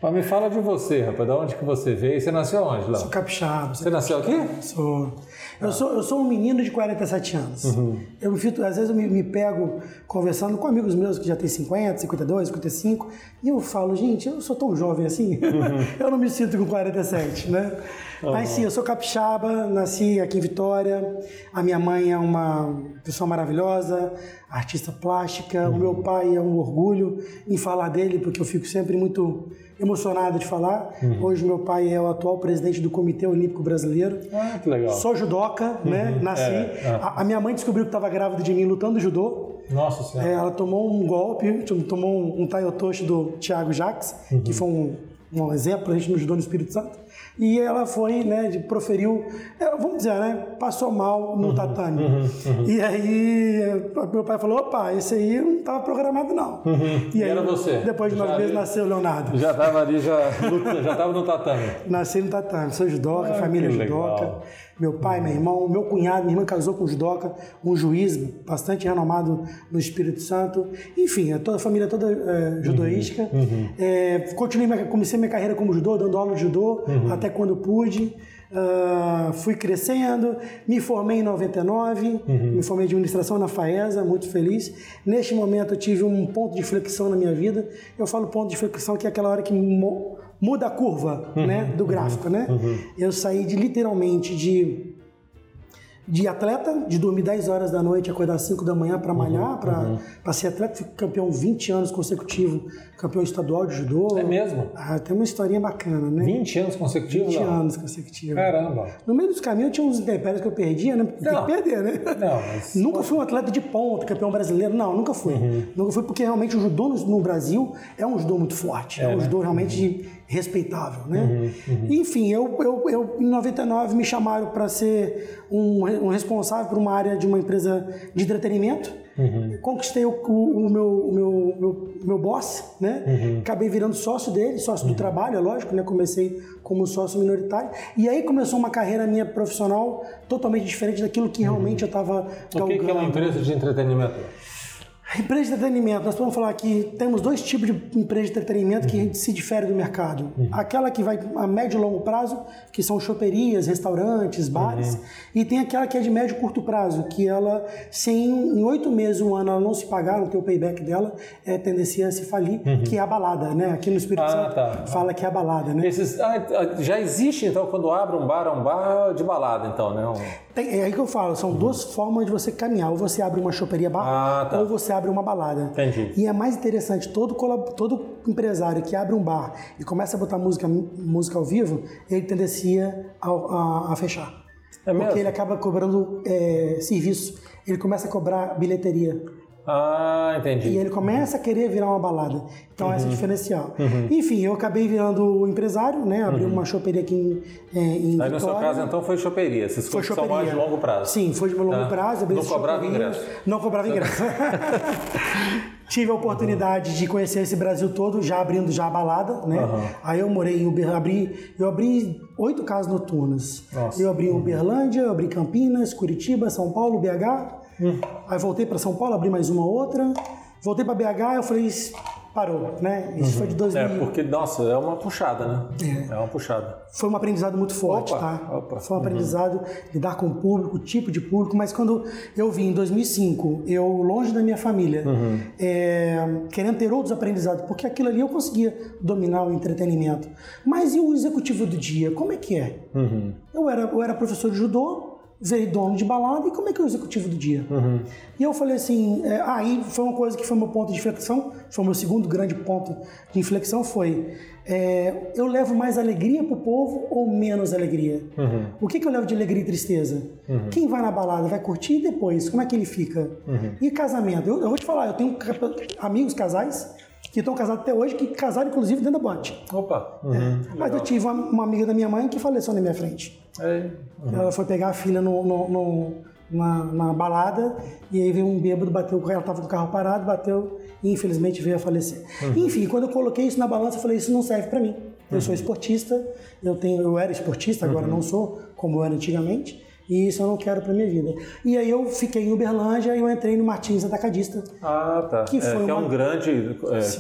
Mas me fala de você, rapaz, de onde que você veio? Você nasceu onde, Léo? Sou capixaba. Você nasceu aqui? Sou. Eu, ah. sou. eu sou um menino de quarenta e sete anos. Uhum. Eu me fico, às vezes eu me, me pego conversando com amigos meus que já têm cinquenta, cinquenta e dois, cinquenta e cinco, e eu falo, gente, eu sou tão jovem assim, uhum. eu não me sinto com quarenta e sete, né? Uhum. Mas sim, eu sou capixaba, nasci aqui em Vitória, a minha mãe é uma pessoa maravilhosa, artista plástica, uhum. o meu pai é um orgulho em falar dele, porque eu fico sempre muito emocionado de falar. Uhum. Hoje meu pai é o atual presidente do Comitê Olímpico Brasileiro. Ah, que legal. Sou judoca, uhum. né? Nasci. É, é. A, a minha mãe descobriu que estava grávida de mim lutando judô. Nossa Senhora. É, ela tomou um golpe, tomou um, um taiotoshi do Thiago Jacques, uhum. que foi um, um exemplo pra gente no judô no Espírito Santo. E ela foi, né, de, proferiu, vamos dizer, né, passou mal no uhum, tatame. Uhum, uhum. E aí, meu pai falou, opa, esse aí não estava programado não. Uhum. E, e aí, era você? Depois de nove meses nasceu o Leonardo. Já estava ali, já estava no tatame? Nasci no tatame, sou judoca, ah, família judoca. Legal. Meu pai, meu irmão, meu cunhado, minha irmã casou com um judoca, um juiz bastante renomado no Espírito Santo. Enfim, toda a família toda é, judoística. Uhum, uhum. É, continuei, comecei minha carreira como judô, dando aula de judô, uhum. até quando pude. Uh, fui crescendo, me formei em noventa e nove, uhum. me formei em administração na FAESA, muito feliz. Neste momento eu tive um ponto de inflexão na minha vida. Eu falo ponto de inflexão que é aquela hora que muda a curva, uhum. né, do gráfico, né? Uhum. Eu saí de literalmente de de atleta, de dormir dez horas da noite, acordar às cinco da manhã para malhar, uhum, para uhum. ser atleta. Fui campeão vinte anos consecutivos, campeão estadual de judô. É mesmo? Ah, tem uma historinha bacana, né? vinte anos consecutivos? vinte não? anos consecutivos. Caramba! No meio dos caminhos tinha uns intempéries que eu perdia, né? Tem que perder, né? Não, mas... Nunca fui um atleta de ponta, campeão brasileiro, não, nunca fui. Uhum. Nunca fui porque realmente o judô no, no Brasil é um judô muito forte, é, é um né? judô realmente uhum. respeitável, né? Uhum, uhum. Enfim, eu, eu, eu em noventa e nove me chamaram para ser um, um responsável por uma área de uma empresa de entretenimento. Uhum. Conquistei o, o, o, meu, o meu, meu, meu boss, né? Uhum. Acabei virando sócio dele, sócio uhum. do trabalho, é lógico, né? Comecei como sócio minoritário. E aí começou uma carreira minha profissional totalmente diferente daquilo que realmente uhum. eu estava galgando. O que é uma empresa de entretenimento? Empresa de entretenimento, nós podemos falar que temos dois tipos de empresa de entretenimento uhum. que a gente se difere do mercado. Uhum. Aquela que vai a médio e longo prazo, que são choperias, restaurantes, bares, uhum. e tem aquela que é de médio e curto prazo, que ela, se em oito meses, um ano, ela não se pagar, não ter o payback dela, é tendencia a se falir, uhum. que é a balada, né? Aqui no Espírito ah, Santo tá. fala que é a balada, né? Esses, ah, já existe, então, quando abre um bar, é um bar de balada, então, né? Um... Tem, é aí que eu falo, são uhum. duas formas de você caminhar. Ou você abre uma choperia bar, ah, tá. ou você abre uma balada. Entendi. E é mais interessante, todo, todo empresário que abre um bar e começa a botar música, música ao vivo, ele tendencia a, a, a fechar. É mesmo? Porque ele acaba cobrando é, serviço, ele começa a cobrar bilheteria. Ah, entendi. E ele começa a querer virar uma balada. Então, uhum. essa é a diferencial. Uhum. Enfim, eu acabei virando empresário, né? Abri uhum. uma choperia aqui em, é, em Vitória. Aí, no seu caso, então, foi choperia. Vocês foi choperia. São mais de longo prazo. Sim, foi de longo tá. prazo. Não cobrava ingresso? Não cobrava ingresso. Tive a oportunidade uhum. de conhecer esse Brasil todo, já abrindo já a balada, né? Uhum. Aí eu morei em Uber, abri, eu abri oito casas noturnas. Nossa. Eu abri em Uberlândia, eu abri Campinas, Curitiba, São Paulo, B H. Uhum. Aí voltei para São Paulo, abri mais uma outra. Voltei para B H, eu falei, parou, né? Isso uhum. foi de dois mil. É, porque, nossa, é uma puxada, né? É, é uma puxada. Foi um aprendizado muito forte, opa, tá? Opa. Foi um aprendizado, uhum. lidar com o público, tipo de público, mas quando eu vim em dois mil e cinco, eu longe da minha família, uhum. é, querendo ter outros aprendizados, porque aquilo ali eu conseguia dominar o entretenimento. Mas e o executivo do dia? Como é que é? Uhum. Eu, era, eu era professor de judô, veio dono de balada, e como é que é o executivo do dia? Uhum. E eu falei assim, é, aí ah, foi uma coisa que foi meu ponto de inflexão, foi o meu segundo grande ponto de inflexão, foi, é, eu levo mais alegria pro povo ou menos alegria? Uhum. O que que eu levo de alegria e tristeza? Uhum. Quem vai na balada vai curtir e depois, como é que ele fica? Uhum. E casamento? Eu, eu vou te falar, eu tenho amigos casais que estão casados até hoje, que casaram inclusive dentro da boate. Opa! Uhum. É. Mas eu tive uma, uma amiga da minha mãe que faleceu na minha frente. É. Uhum. Ela foi pegar a filha no, no, no, na, na balada e aí veio um bêbado, bateu com ela, estava com o carro parado, bateu e infelizmente veio a falecer. Uhum. Enfim, quando eu coloquei isso na balança, eu falei, isso não serve para mim. Eu uhum. sou esportista, eu, tenho, eu era esportista, agora uhum. não sou, como eu era antigamente. E isso eu não quero para minha vida. E aí eu fiquei em Uberlândia e eu entrei no Martins Atacadista. Ah, tá. Que, é, foi que uma... é um grande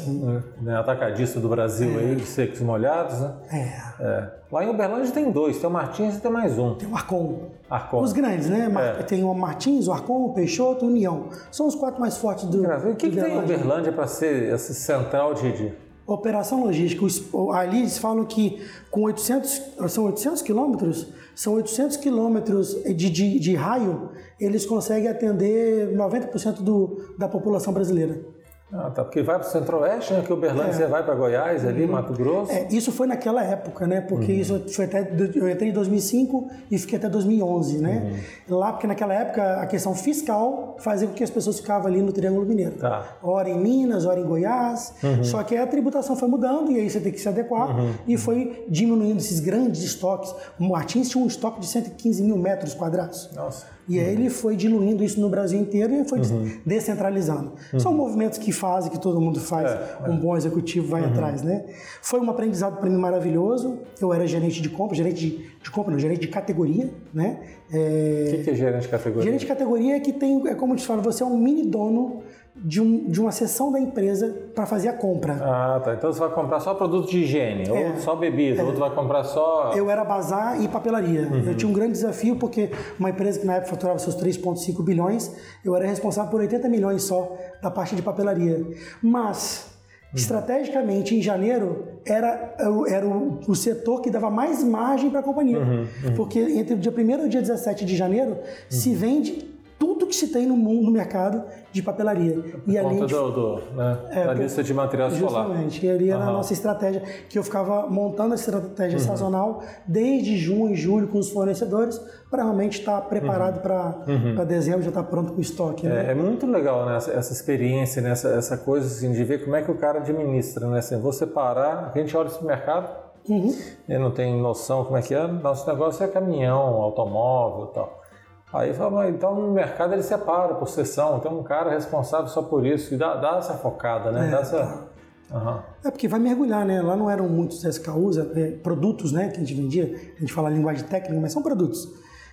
é, né, atacadista do Brasil é. aí, de secos e molhados, né? É. é. Lá em Uberlândia tem dois, tem o Martins e tem mais um. Tem o Arcon. Arcon. Os grandes, né? É. Tem o Martins, o Arcon, o Peixoto, o União. São os quatro mais fortes do Brasil. O que, que tem em Uberlândia para ser essa central de... de... Operação logística. Ali eles falam que com oitocentos, são oitocentos quilômetros, são oitocentos quilômetros de, de, de raio, eles conseguem atender noventa por cento do, da população brasileira. Ah, tá, porque vai para o Centro-Oeste, né? Que Uberlândia é. você vai para Goiás, ali, uhum. Mato Grosso. É, isso foi naquela época, né? Porque uhum. isso foi até, eu entrei em dois mil e cinco e fiquei até dois mil e onze, né? Uhum. Lá, porque naquela época a questão fiscal fazia com que as pessoas ficavam ali no Triângulo Mineiro. Tá. Ora em Minas, ora em Goiás. Uhum. Só que a tributação foi mudando e aí você tem que se adequar. Uhum. E foi diminuindo esses grandes estoques. O Martins tinha um estoque de cento e quinze mil metros quadrados. Nossa. E aí ele foi diluindo isso no Brasil inteiro e foi uhum. descentralizando. Uhum. São movimentos que fazem, que todo mundo faz, é, um é. bom executivo vai uhum. atrás, né? Foi um aprendizado para mim maravilhoso. Eu era gerente de compra, gerente de, de compra, não, gerente de categoria, né? É... O que, que é gerente de categoria? Gerente de categoria é que tem, é como eu te falo, você é um mini dono de, um, de uma seção da empresa para fazer a compra. Ah, tá. Então você vai comprar só produto de higiene, é, ou só bebida, é. outro vai comprar só... Eu era bazar e papelaria. Uhum. Eu tinha um grande desafio porque uma empresa que na época faturava seus três vírgula cinco bilhões, eu era responsável por oitenta milhões só da parte de papelaria. Mas... Uhum. Estrategicamente, em janeiro, era, era o, o setor que dava mais margem para a companhia. Uhum, uhum. Porque entre o dia primeiro e o dia dezessete de janeiro, uhum. se vende tudo que se tem no mundo, no mercado de papelaria. Por e ali conta do, do, né, é, da lista de material escolar. Justamente. E ali era uhum. a nossa estratégia, que eu ficava montando a estratégia uhum. sazonal desde junho e julho com os fornecedores para realmente estar preparado uhum. para uhum. dezembro, já estar pronto com o estoque. Né? É, é muito legal, né, essa, essa experiência, né, essa, essa coisa assim, de ver como é que o cara administra. Né? Assim, você parar, a gente olha esse mercado, uhum. ele não tem noção como é que é, nosso negócio é caminhão, automóvel e tal. Aí fala, então no mercado ele separa por seção, tem um cara responsável só por isso, e dá, dá essa focada, né? É, dá essa... Uhum. é porque vai mergulhar, né? Lá não eram muitos S K Us, é, produtos, né, que a gente vendia, a gente fala linguagem técnica, mas são produtos.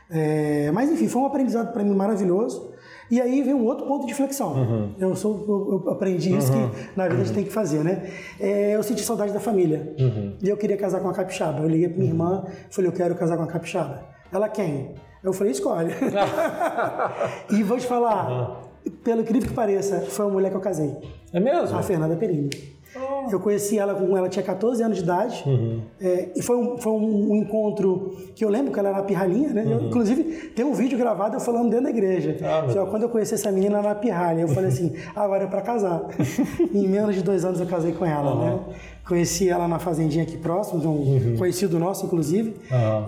É, mas enfim, foi um aprendizado para mim maravilhoso. E aí vem um outro ponto de flexão. Uhum. Eu, sou, eu, eu aprendi isso uhum. que na vida uhum. a gente tem que fazer, né? É, eu senti saudade da família. Uhum. E eu queria casar com uma capixaba. Eu liguei para minha irmã e falei, eu quero casar com uma capixaba. Ela, quem? Eu falei, escolhe. E vou te falar, uhum. pelo incrível que pareça, foi uma mulher que eu casei. É mesmo? A Fernanda Perini. Oh. Eu conheci ela quando ela tinha catorze anos de idade. Uhum. É, e foi, um, foi um, um encontro que eu lembro que ela era pirralhinha, né? Uhum. Eu, inclusive, tem um vídeo gravado eu falando dentro da igreja. Ah, então, quando eu conheci essa menina, ela era pirralha. Eu falei assim, ah, agora é pra casar. Em menos de dois anos eu casei com ela, uhum. né? Conheci ela na fazendinha aqui próximo, de um uhum. conhecido nosso, inclusive. Uhum.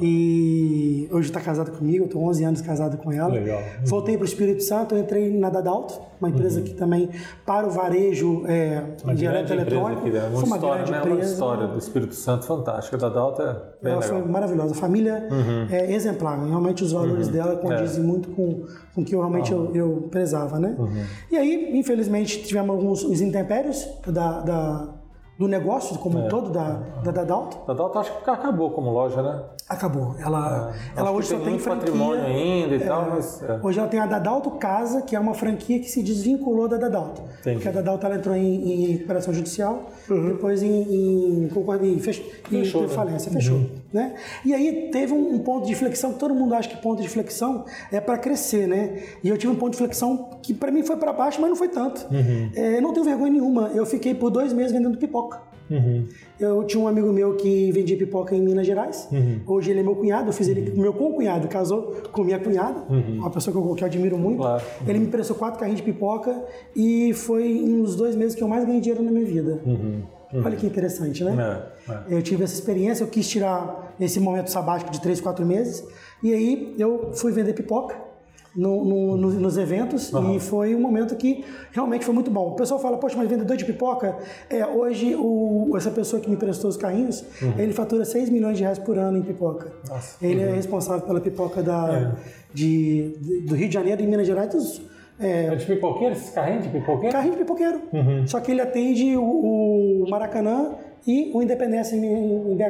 E hoje está casada comigo, eu estou onze anos casado com ela. Legal. Uhum. Voltei para o Espírito Santo, eu entrei na Dadalto, uma empresa uhum. que também para o varejo é, de eletroeletrônico. Aqui, né? Uma, uma história, grande né? empresa. Uma história do Espírito Santo fantástica. A Dadalto é bem ela legal. Foi maravilhosa. A família uhum. é exemplar. Realmente os valores uhum. dela condizem é. muito com com o que eu realmente uhum. eu, eu prezava, né? Uhum. E aí, infelizmente, tivemos alguns os intempéries da... da do negócio como um é. todo da, da Dadalto. A Dadalto acho que acabou como loja, né? Acabou. Ela, é. ela hoje tem só tem franquia. Patrimônio ainda e é, tal, mas... É. Hoje ela tem a Dadalto Casa, que é uma franquia que se desvinculou da Dadalto. Entendi. Porque a Dadalto ela entrou em, em recuperação judicial, uhum. depois em, em, em, fech, fechou, em né? falência, fechou. Uhum. Né? E aí teve um, um ponto de inflexão, que todo mundo acha que ponto de inflexão é para crescer, né? E eu tive um ponto de inflexão que para mim foi para baixo, mas não foi tanto. Uhum. É, eu não tenho vergonha nenhuma. Eu fiquei por dois meses vendendo pipoca. Uhum. Eu tinha um amigo meu que vendia pipoca em Minas Gerais. Uhum. Hoje ele é meu cunhado, eu fiz ele com meu concunhado, casou com minha cunhada, uhum. uma pessoa que eu, que eu admiro muito. Claro. Uhum. Ele me emprestou quatro carrinhos de pipoca e foi um dos dois meses que eu mais ganhei dinheiro na minha vida. Uhum. Uhum. Olha que interessante, né? É, é. Eu tive essa experiência, eu quis tirar esse momento sabático de três, quatro meses e aí eu fui vender pipoca. No, no, no, nos eventos uhum. e foi um momento que realmente foi muito bom. O pessoal fala, poxa, mas vendedor de pipoca, é, hoje o, essa pessoa que me emprestou os carrinhos, uhum. ele fatura seis milhões de reais por ano em pipoca. Nossa. Ele uhum. é responsável pela pipoca da, é. de, de, do Rio de Janeiro e Minas Gerais. Dos, é, é de pipoqueiro? Esses carrinhos de pipoqueiro? Carrinho de pipoqueiro. Uhum. Só que ele atende o, o Maracanã e o Independência em, em B H.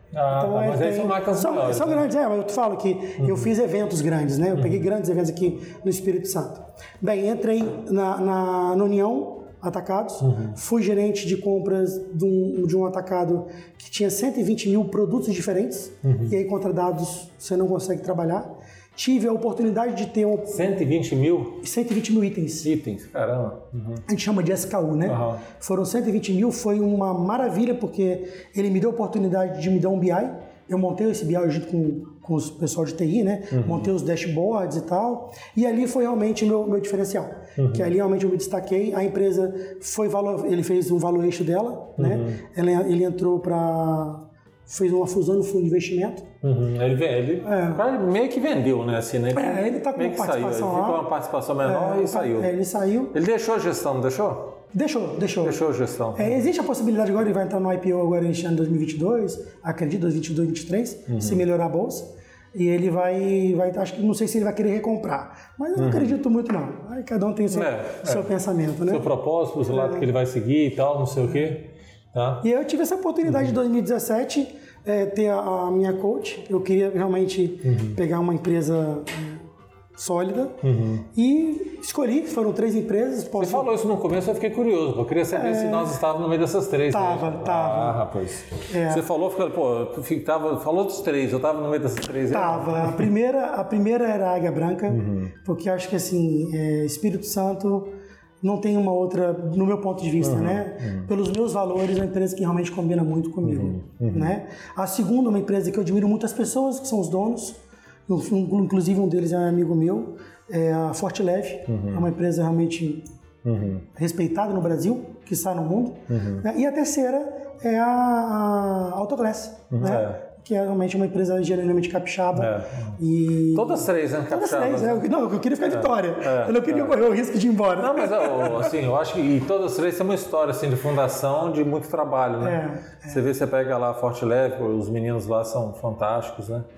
Ah, então, tá, mas aí são marcas são, maiores. São né? grandes, é, mas eu te falo que uhum. eu fiz eventos grandes, né? Eu uhum. peguei grandes eventos aqui no Espírito Santo. Bem, entrei na, na, na União Atacados, uhum. fui gerente de compras de um, de um atacado que tinha cento e vinte mil produtos diferentes, uhum. e aí contra dados você não consegue trabalhar. Tive a oportunidade de ter... Um... cento e vinte mil? cento e vinte mil itens. Itens, caramba. Uhum. A gente chama de S K U, né? Uhum. Foram cento e vinte mil, foi uma maravilha, porque ele me deu a oportunidade de me dar um B I. Eu montei esse B I junto com, com os pessoal de T I, né? Uhum. Montei os dashboards e tal. E ali foi realmente o meu, meu diferencial. Uhum. Que ali realmente eu me destaquei. A empresa foi... Ele fez um valuation dela, uhum. né? Ele, ele entrou para... Fez uma fusão no fundo de investimento. Uhum. Ele, ele é. meio que vendeu, né? Assim, né? Ele, é, ele tá com uma participação saiu. Ele lá. ficou uma participação menor é, e saiu. É, ele saiu. Ele deixou a gestão, não deixou? Deixou, deixou. Deixou a gestão. É, existe a possibilidade agora, ele vai entrar no I P O agora este ano dois mil e vinte e dois, acredito, dois mil e vinte e dois, dois mil e vinte e três, uhum. se melhorar a bolsa. E ele vai, vai, acho que não sei se ele vai querer recomprar, mas eu não uhum. acredito muito não. Aí cada um tem o seu, é, seu é. pensamento, né? Seu propósito, o lado é. que ele vai seguir e tal, não sei o quê. Tá? E eu tive essa oportunidade em uhum. dois mil e dezessete, é, ter a, a minha coach. Eu queria realmente uhum. pegar uma empresa é, sólida uhum. e escolhi, foram três empresas. Posso... Você falou isso no começo, eu fiquei curioso. Eu queria saber é... se nós estávamos no meio dessas três. Tava, né? tava. Ah, rapaz. É. Você falou, pô, tava, falou dos três, eu estava no meio dessas três. Tava. A primeira, a primeira era a Águia Branca, uhum. porque acho que assim, é, Espírito Santo não tem uma outra, no meu ponto de vista, uhum, né? Uhum. Pelos meus valores, é uma empresa que realmente combina muito comigo, uhum, uhum. né? A segunda, uma empresa que eu admiro muito as pessoas, que são os donos, inclusive um deles é um amigo meu, é a Forte Leve, uhum. é uma empresa realmente uhum. respeitada no Brasil, que está no mundo. Uhum. Né? E a terceira é a, a Autoglass, uhum. né? É. que é realmente uma empresa genuinamente capixaba. É. E... Todas três, né? Todas três, né? é. Não, eu queria ficar em é. Vitória. É. Eu não queria é. correr o risco de ir embora. Não, mas assim, eu acho que e todas três têm uma história assim, de fundação, de muito trabalho, né? É. Você vê, você pega lá a Forte Leve, os meninos lá são fantásticos, né?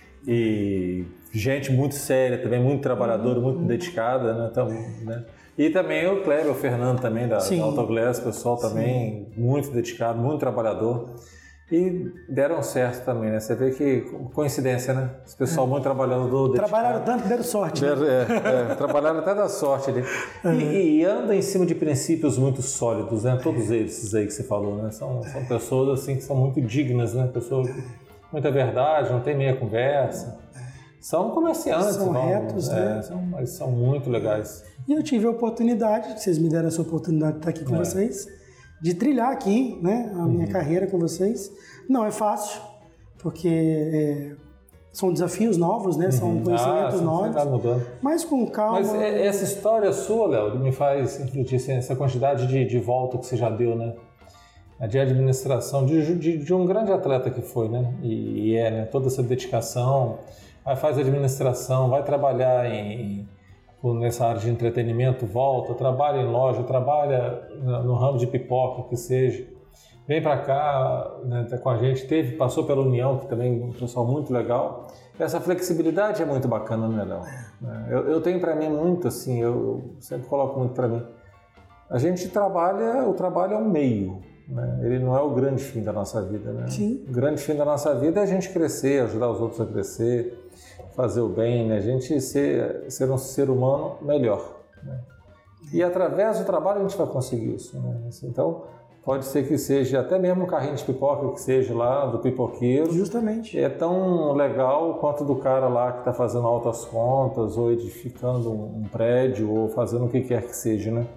E gente muito séria também, muito trabalhadora, muito dedicada, né? Então, né? E também o Kleber, o Fernando também, da, da Autoglass, pessoal também Sim. muito dedicado, muito trabalhador. E deram certo também, né? Você vê que coincidência, né? Esse pessoal é. muito trabalhando do Trabalharam dedicado. tanto que deram sorte. Deram, né? é, é, trabalharam até da sorte ali. É. E, e anda em cima de princípios muito sólidos, né? Todos esses aí que você falou, né? São, são pessoas assim que são muito dignas, né? Pessoas com muita verdade, não tem meia conversa. São comerciantes. São não, retos, é, né? São, mas são muito legais. E eu tive a oportunidade, vocês me deram essa oportunidade de estar aqui com é. vocês, de trilhar aqui, né, a minha uhum. carreira com vocês. Não é fácil, porque é, são desafios novos, né, são uhum. conhecimentos ah, novos, tá mudando. Mas com calma. Mas essa história sua, Léo, me faz refletir assim, essa quantidade de, de volta que você já deu, né, de administração, de, de, de um grande atleta que foi, né, e, e é, né, toda essa dedicação, aí faz administração, vai trabalhar em... nessa área de entretenimento, volta, trabalha em loja, trabalha no ramo de pipoca, que seja, vem para cá, né, tá com a gente, teve, passou pela União, que também é um pessoal muito legal. Essa flexibilidade é muito bacana, né, Léo? Eu, eu tenho para mim muito, assim, eu sempre coloco muito para mim. A gente trabalha, o trabalho é um meio, né? Ele não é o grande fim da nossa vida, né? Sim. O grande fim da nossa vida é a gente crescer, ajudar os outros a crescer, fazer o bem, né? A gente ser, ser um ser humano melhor, né? E através do trabalho a gente vai conseguir isso, né? Então, pode ser que seja até mesmo um carrinho de pipoca que seja lá, do pipoqueiro. Justamente. É tão legal quanto do cara lá que está fazendo altas contas, ou edificando um prédio, ou fazendo o que quer que seja, né?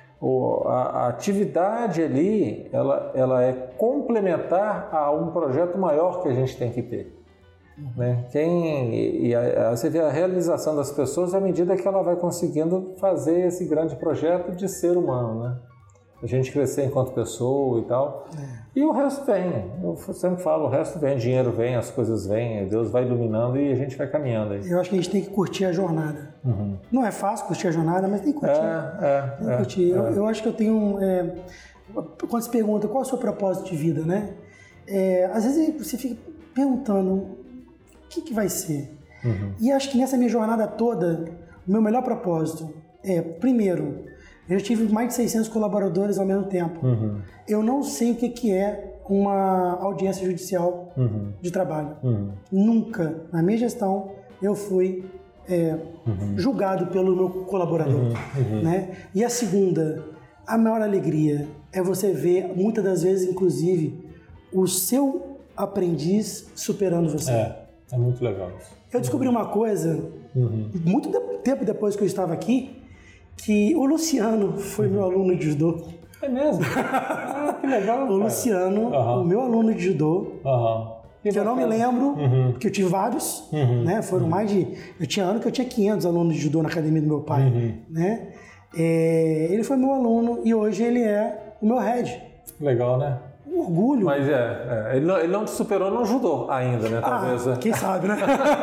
A atividade ali, ela, ela é complementar a um projeto maior que a gente tem que ter. Né? Quem, e a, você vê a realização das pessoas à medida que ela vai conseguindo fazer esse grande projeto de ser humano, né? A gente crescer enquanto pessoa e tal. É. E o resto vem. Eu sempre falo, o resto vem, dinheiro vem, as coisas vêm, Deus vai iluminando e a gente vai caminhando aí. Eu acho que a gente tem que curtir a jornada. Uhum. Não é fácil curtir a jornada, mas tem que curtir. É, é, tem que é, curtir. É. Eu, eu acho que eu tenho... É, quando se pergunta qual é o seu propósito de vida, né? É, às vezes você fica perguntando o que, que vai ser. Uhum. E acho que nessa minha jornada toda, o meu melhor propósito é, primeiro... Eu tive mais de seiscentos colaboradores ao mesmo tempo. Uhum. Eu não sei o que, que é uma audiência judicial uhum. de trabalho. Uhum. Nunca, na minha gestão, eu fui é, uhum. julgado pelo meu colaborador. Uhum. Uhum. Né? E a segunda, a maior alegria é você ver, muitas das vezes, inclusive, o seu aprendiz superando você. É, é muito legal isso. Eu descobri uma coisa, uhum. muito tempo depois que eu estava aqui, que o Luciano foi uhum. meu aluno de judô. É mesmo? Ah, que legal. O cara. Luciano, uhum. o meu aluno de judô, uhum. que, que eu não me lembro, uhum. porque eu tive vários, uhum. né? Foram uhum. mais de... Eu tinha ano que eu tinha quinhentos alunos de judô na academia do meu pai, uhum. né? É, ele foi meu aluno e hoje ele é o meu head. Legal, né? Um orgulho. Mas é, é ele, não, ele não te superou no judô ainda, né? Talvez. Ah, quem sabe, né?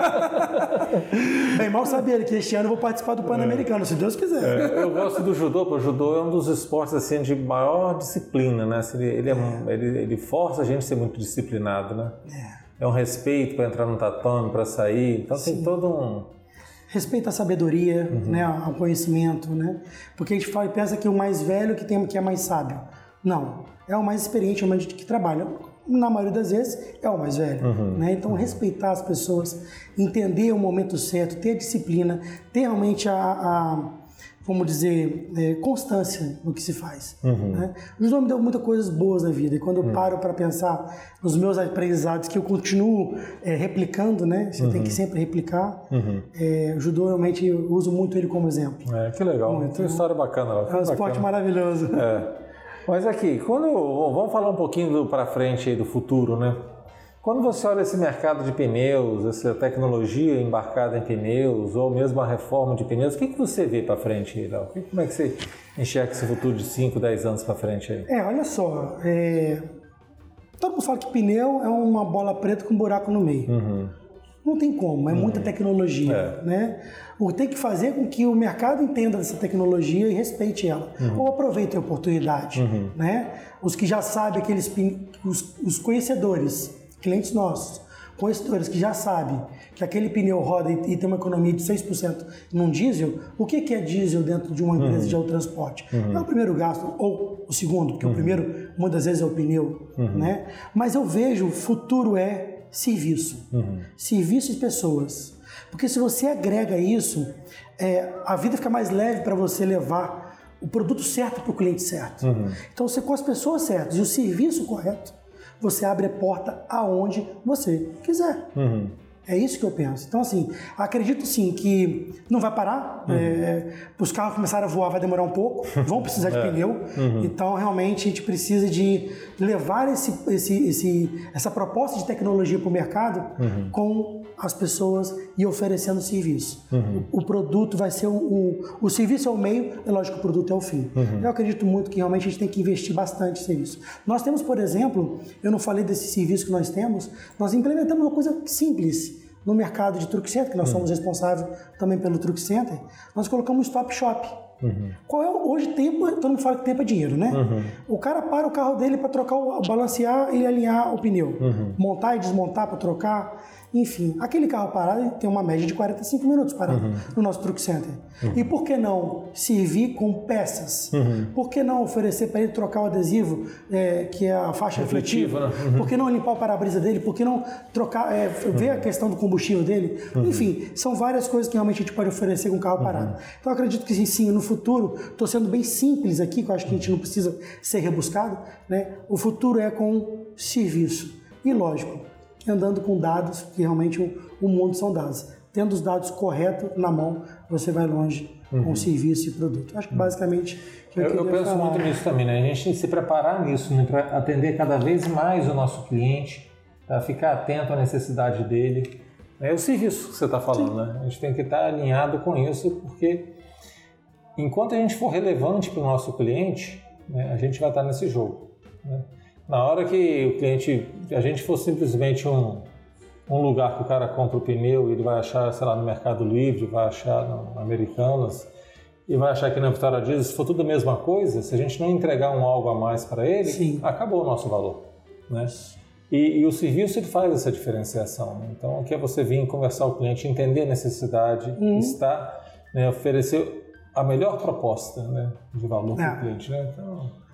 Bem, mal sabia ele que este ano eu vou participar do Pan-Americano, é. se Deus quiser. É, eu gosto do judô, porque o judô é um dos esportes assim, de maior disciplina, né? Ele, ele, é, é. Ele, ele força a gente a ser muito disciplinado, né? É, é um respeito para entrar no tatame, para sair. Então Sim. tem todo um... Respeito à sabedoria, uhum. né? Ao conhecimento, né? Porque a gente fala e pensa que o mais velho que, tem, que é mais sábio. Não. É o mais experiente, é o mais que trabalha. Na maioria das vezes, é o mais velho. Uhum. Né? Então, respeitar as pessoas, entender o momento certo, ter disciplina, ter realmente a, a vamos dizer, é, constância no que se faz. Uhum. Né? O judô me deu muitas coisas boas na vida. E quando eu uhum. paro para pensar nos meus aprendizados, que eu continuo é, replicando, né? Você uhum. tem que sempre replicar. Uhum. É, o judô, realmente, eu uso muito ele como exemplo. É, que legal. Muito, tem uma história bacana lá. É um esporte maravilhoso. É. Mas aqui, quando, vamos falar um pouquinho para frente aí do futuro, né? Quando você olha esse mercado de pneus, essa tecnologia embarcada em pneus, ou mesmo a reforma de pneus, o que, que você vê para frente aí, Léo? Como é que você enxerga esse futuro de cinco, dez anos para frente aí? É, olha só, é... todo mundo fala que pneu é uma bola preta com um buraco no meio. Uhum. Não tem como, é uhum. muita tecnologia, é. né? O tem que fazer com que o mercado entenda dessa tecnologia e respeite ela. Uhum. Ou aproveite a oportunidade, uhum. né? Os que já sabem, aqueles os, os conhecedores, clientes nossos, conhecedores que já sabem que aquele pneu roda e, e tem uma economia de seis por cento num diesel, o que, que é diesel dentro de uma empresa uhum. de autotransporte? Uhum. É o primeiro gasto, ou o segundo, porque uhum. o primeiro muitas vezes é o pneu, uhum. né? Mas eu vejo o futuro é serviço. Uhum. Serviço e pessoas. Porque se você agrega isso, é, a vida fica mais leve para você levar o produto certo para o cliente certo. Uhum. Então, você com as pessoas certas e o serviço correto, você abre a porta aonde você quiser. Uhum. É isso que eu penso. Então, assim, acredito sim que não vai parar. Uhum. É, os carros começarem a voar vai demorar um pouco, vão precisar de é. pneu. Uhum. Então, realmente, a gente precisa de levar esse, esse, esse, essa proposta de tecnologia para o mercado uhum. com as pessoas e oferecendo serviço. Uhum. O, o produto vai ser o, o... O serviço é o meio, é lógico que o produto é o fim. Uhum. Eu acredito muito que realmente a gente tem que investir bastante em serviço. Nós temos, por exemplo, eu não falei desse serviço que nós temos, nós implementamos uma coisa simples no mercado de Truck Center, que nós uhum. somos responsáveis também pelo Truck Center, nós colocamos um stop shop. Uhum. Qual é hoje tempo? Todo mundo fala que tempo é dinheiro, né? Uhum. O cara para o carro dele para trocar, o, balancear e alinhar o pneu, uhum. montar e desmontar para trocar. Enfim, aquele carro parado tem uma média de quarenta e cinco minutos parado uhum. no nosso Truck Center. Uhum. E por que não servir com peças? Uhum. Por que não oferecer para ele trocar o adesivo, é, que é a faixa refletiva? Né? Uhum. Por que não limpar o para-brisa dele? Por que não trocar, é, ver a questão do combustível dele? Uhum. Enfim, são várias coisas que realmente a gente pode oferecer com o carro uhum. parado. Então, eu acredito que sim, no futuro, estou sendo bem simples aqui, que eu acho que a gente não precisa ser rebuscado, né? O futuro é com serviço. E lógico, andando com dados, que realmente o, o mundo são dados. Tendo os dados corretos na mão, você vai longe uhum. com serviço e produto. Acho que basicamente... Que eu, eu, eu penso falar. muito nisso também, né? A gente tem que se preparar nisso, né? Para atender cada vez mais o nosso cliente, para ficar atento à necessidade dele. É o serviço que você está falando, Sim. né? A gente tem que estar alinhado com isso, porque enquanto a gente for relevante para o nosso cliente, né, a gente vai estar nesse jogo, né? Na hora que o cliente, a gente for simplesmente um, um lugar que o cara compra o pneu e ele vai achar, sei lá, no Mercado Livre, vai achar no Americanas e vai achar que na Vitória Diesel, se for tudo a mesma coisa, se a gente não entregar um algo a mais para ele, Sim. acabou o nosso valor, né? E, e o serviço ele faz essa diferenciação, né? Então aqui é você vir conversar com o cliente, entender a necessidade, uhum. estar, né, oferecer a melhor proposta, né, de valor para o cliente, né? Então,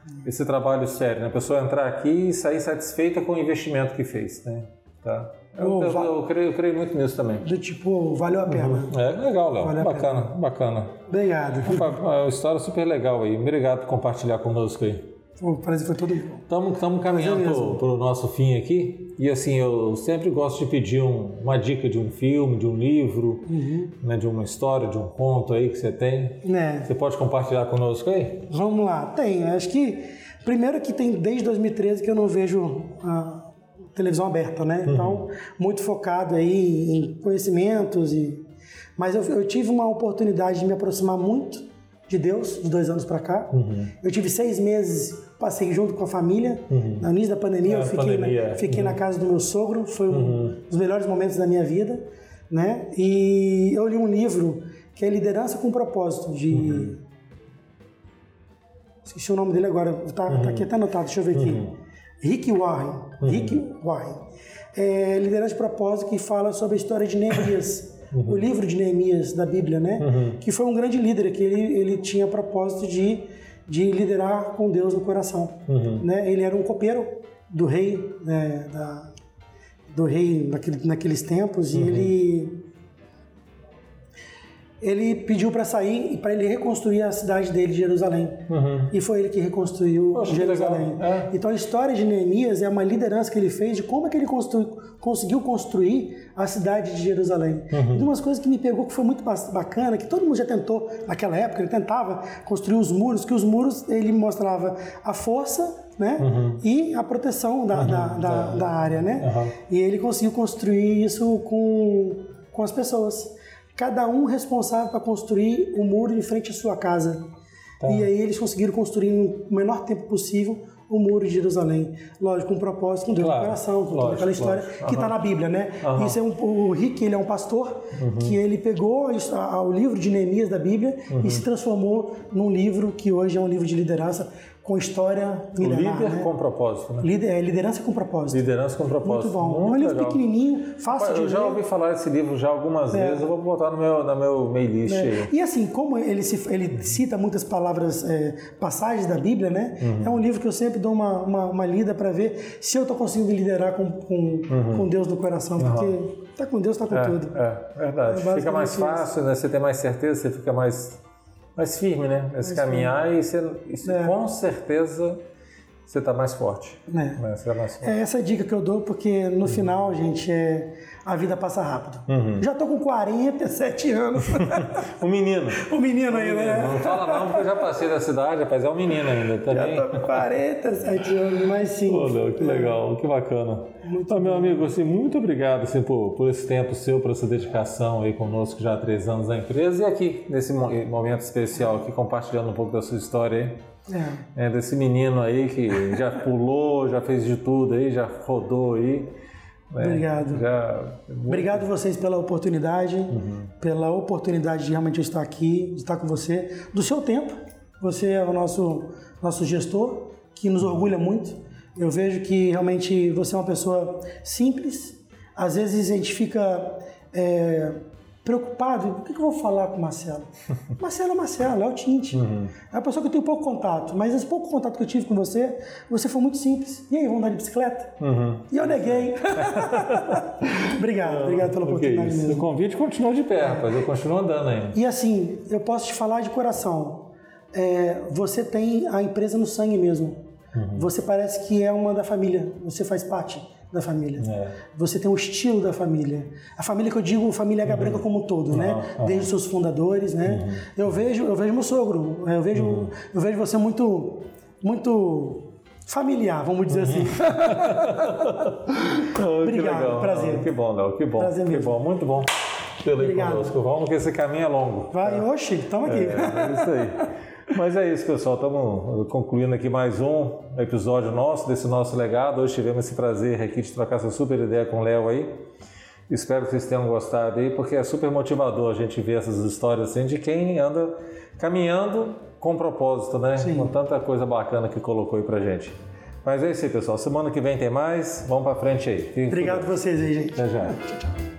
esse trabalho sério, né? A pessoa entrar aqui e sair satisfeita com o investimento que fez, né? Tá? Eu, Oh, eu, va- eu, creio, eu creio muito nisso também. Do tipo, valeu a pena. É legal, Léo. Vale a Bacana, bacana. Obrigado. Uma, uma história super legal aí. Obrigado por compartilhar conosco aí. O prazer foi todo meu. Estamos caminhando para o nosso fim aqui. E assim, eu sempre gosto de pedir um, uma dica de um filme, de um livro, Uhum. né, de uma história, de um conto aí que você tem. É. Você pode compartilhar conosco aí? Vamos lá, tem. Acho que, primeiro que tem desde dois mil e treze que eu não vejo a televisão aberta, né? Então, muito focado aí em conhecimentos. E... Mas eu, eu tive uma oportunidade de me aproximar muito de Deus, dos dois anos para cá. Uhum. Eu tive seis meses, passei junto com a família. Uhum. No início da pandemia, É, eu fiquei, pandemia. Na, fiquei Uhum. na casa do meu sogro. Foi um Uhum. dos melhores momentos da minha vida, né? E eu li um livro que é Liderança com Propósito, de... Uhum. Esqueci o nome dele agora, tá, Uhum. tá aqui até anotado, deixa eu ver aqui. Uhum. Rick Warren. Uhum. Rick Warren. É Liderança de Propósito, que fala sobre a história de Neemias. Uhum. O livro de Neemias da Bíblia, né? Uhum. Que foi um grande líder, que ele, ele tinha propósito de, de liderar com Deus no coração. Uhum. Né? Ele era um copeiro do rei, né? da, do rei naquele, naqueles tempos, Uhum. e ele... Ele pediu para sair e para ele reconstruir a cidade dele, de Jerusalém. Uhum. E foi ele que reconstruiu Poxa, que Jerusalém. legal. É. Então a história de Neemias é uma liderança que ele fez de como é que ele constru... conseguiu construir a cidade de Jerusalém. Uhum. E uma das coisas que me pegou que foi muito bacana, que todo mundo já tentou naquela época, ele tentava construir os muros, que os muros ele mostrava a força, né? Uhum. E a proteção da, Uhum. da, da, da área, né? Uhum. E ele conseguiu construir isso com, com as pessoas. Cada um responsável para construir o muro em frente à sua casa. Tá. E aí eles conseguiram construir no menor tempo possível o muro de Jerusalém. Lógico, com um propósito, com Deus Claro. no coração, com toda Lógico, aquela história lógico. que está Aham. na Bíblia, né? Aham. Isso é um, o Rick, ele é um pastor Uhum. que ele pegou isso, a, o livro de Neemias da Bíblia Uhum. e se transformou num livro que hoje é um livro de liderança com história O milenar, líder né? com propósito, né? Lider, é, liderança com propósito. Liderança com propósito. Muito bom. Muito é um livro legal. pequenininho, fácil Rapaz, de eu já ler. ouvi falar desse livro já algumas É. vezes, eu vou botar no meu, na meu mail list aí. E assim, como ele, se, ele cita muitas palavras, é, passagens da Bíblia, né? Uhum. É um livro que eu sempre dou uma, uma, uma lida para ver se eu estou conseguindo liderar com, com, Uhum. com Deus no coração, porque tá com Deus, tá com É, tudo. é, verdade. É fica mais basicamente fácil, né? Você tem mais certeza, você fica mais, mais firme, né? Nesse caminhar e, você, e você, É. com certeza você está mais forte. É. Né? Você tá mais forte. É essa a dica que eu dou, porque no final, gente, é, a vida passa rápido. Uhum. Já tô com quarenta e sete anos. Um menino. O menino ainda, né? Não fala não, porque eu já passei da cidade, rapaz, é um menino ainda também. Já tô com quarenta e sete anos, mas sim. Pô, Léo, que legal, que bacana. Muito Então, meu amigo, assim, muito obrigado assim, por, por esse tempo seu, por essa dedicação aí conosco já há três anos na empresa e aqui, nesse mo- momento especial, aqui compartilhando um pouco da sua história aí. É. É, desse menino aí que já pulou, já fez de tudo aí, já rodou aí. né? Obrigado. Já... Obrigado vocês pela oportunidade, Uhum. pela oportunidade de realmente eu estar aqui, de estar com você, do seu tempo. Você é o nosso, nosso gestor, que nos orgulha muito. Eu vejo que realmente você é uma pessoa simples. Às vezes a gente fica é, preocupado, o que eu vou falar com o Marcelo? Marcelo é Marcelo, é o Tinte. Uhum. É uma pessoa que eu tenho pouco contato, mas esse pouco contato que eu tive com você, você foi muito simples. E aí, vamos andar de bicicleta? Uhum. E eu neguei. Obrigado, obrigado pela O que é oportunidade isso? O mesmo. convite continua de pé, rapaz, eu continuo andando ainda. E assim, eu posso te falar de coração, é, você tem a empresa no sangue mesmo. Uhum. Você parece que é uma da família, você faz parte da família. É. Você tem o estilo da família. A família que eu digo, família Águia Branca como um todo, né? uhum. Desde os seus fundadores, né? Uhum. Eu vejo, eu vejo meu sogro, eu vejo, Uhum. eu vejo você muito, muito familiar, vamos dizer assim. Oh, Obrigado, que legal. prazer. Oh, que bom, Léo, que bom. Prazer que mesmo. bom, muito bom. Pelo aí Obrigado. conosco. Vamos que esse caminho é longo. Vai, oxe, tamo aqui. É, é isso aí. Mas é isso, pessoal. Estamos concluindo aqui mais um episódio nosso, desse nosso legado. Hoje tivemos esse prazer aqui de trocar essa super ideia com o Léo aí. Espero que vocês tenham gostado aí, porque é super motivador a gente ver essas histórias assim de quem anda caminhando com propósito, né? Sim. Com tanta coisa bacana que colocou aí pra gente. Mas é isso aí, pessoal. Semana que vem tem mais. Vamos pra frente aí. Fiquem com Obrigado a Deus. vocês aí, gente. Até já. Tchau, tchau.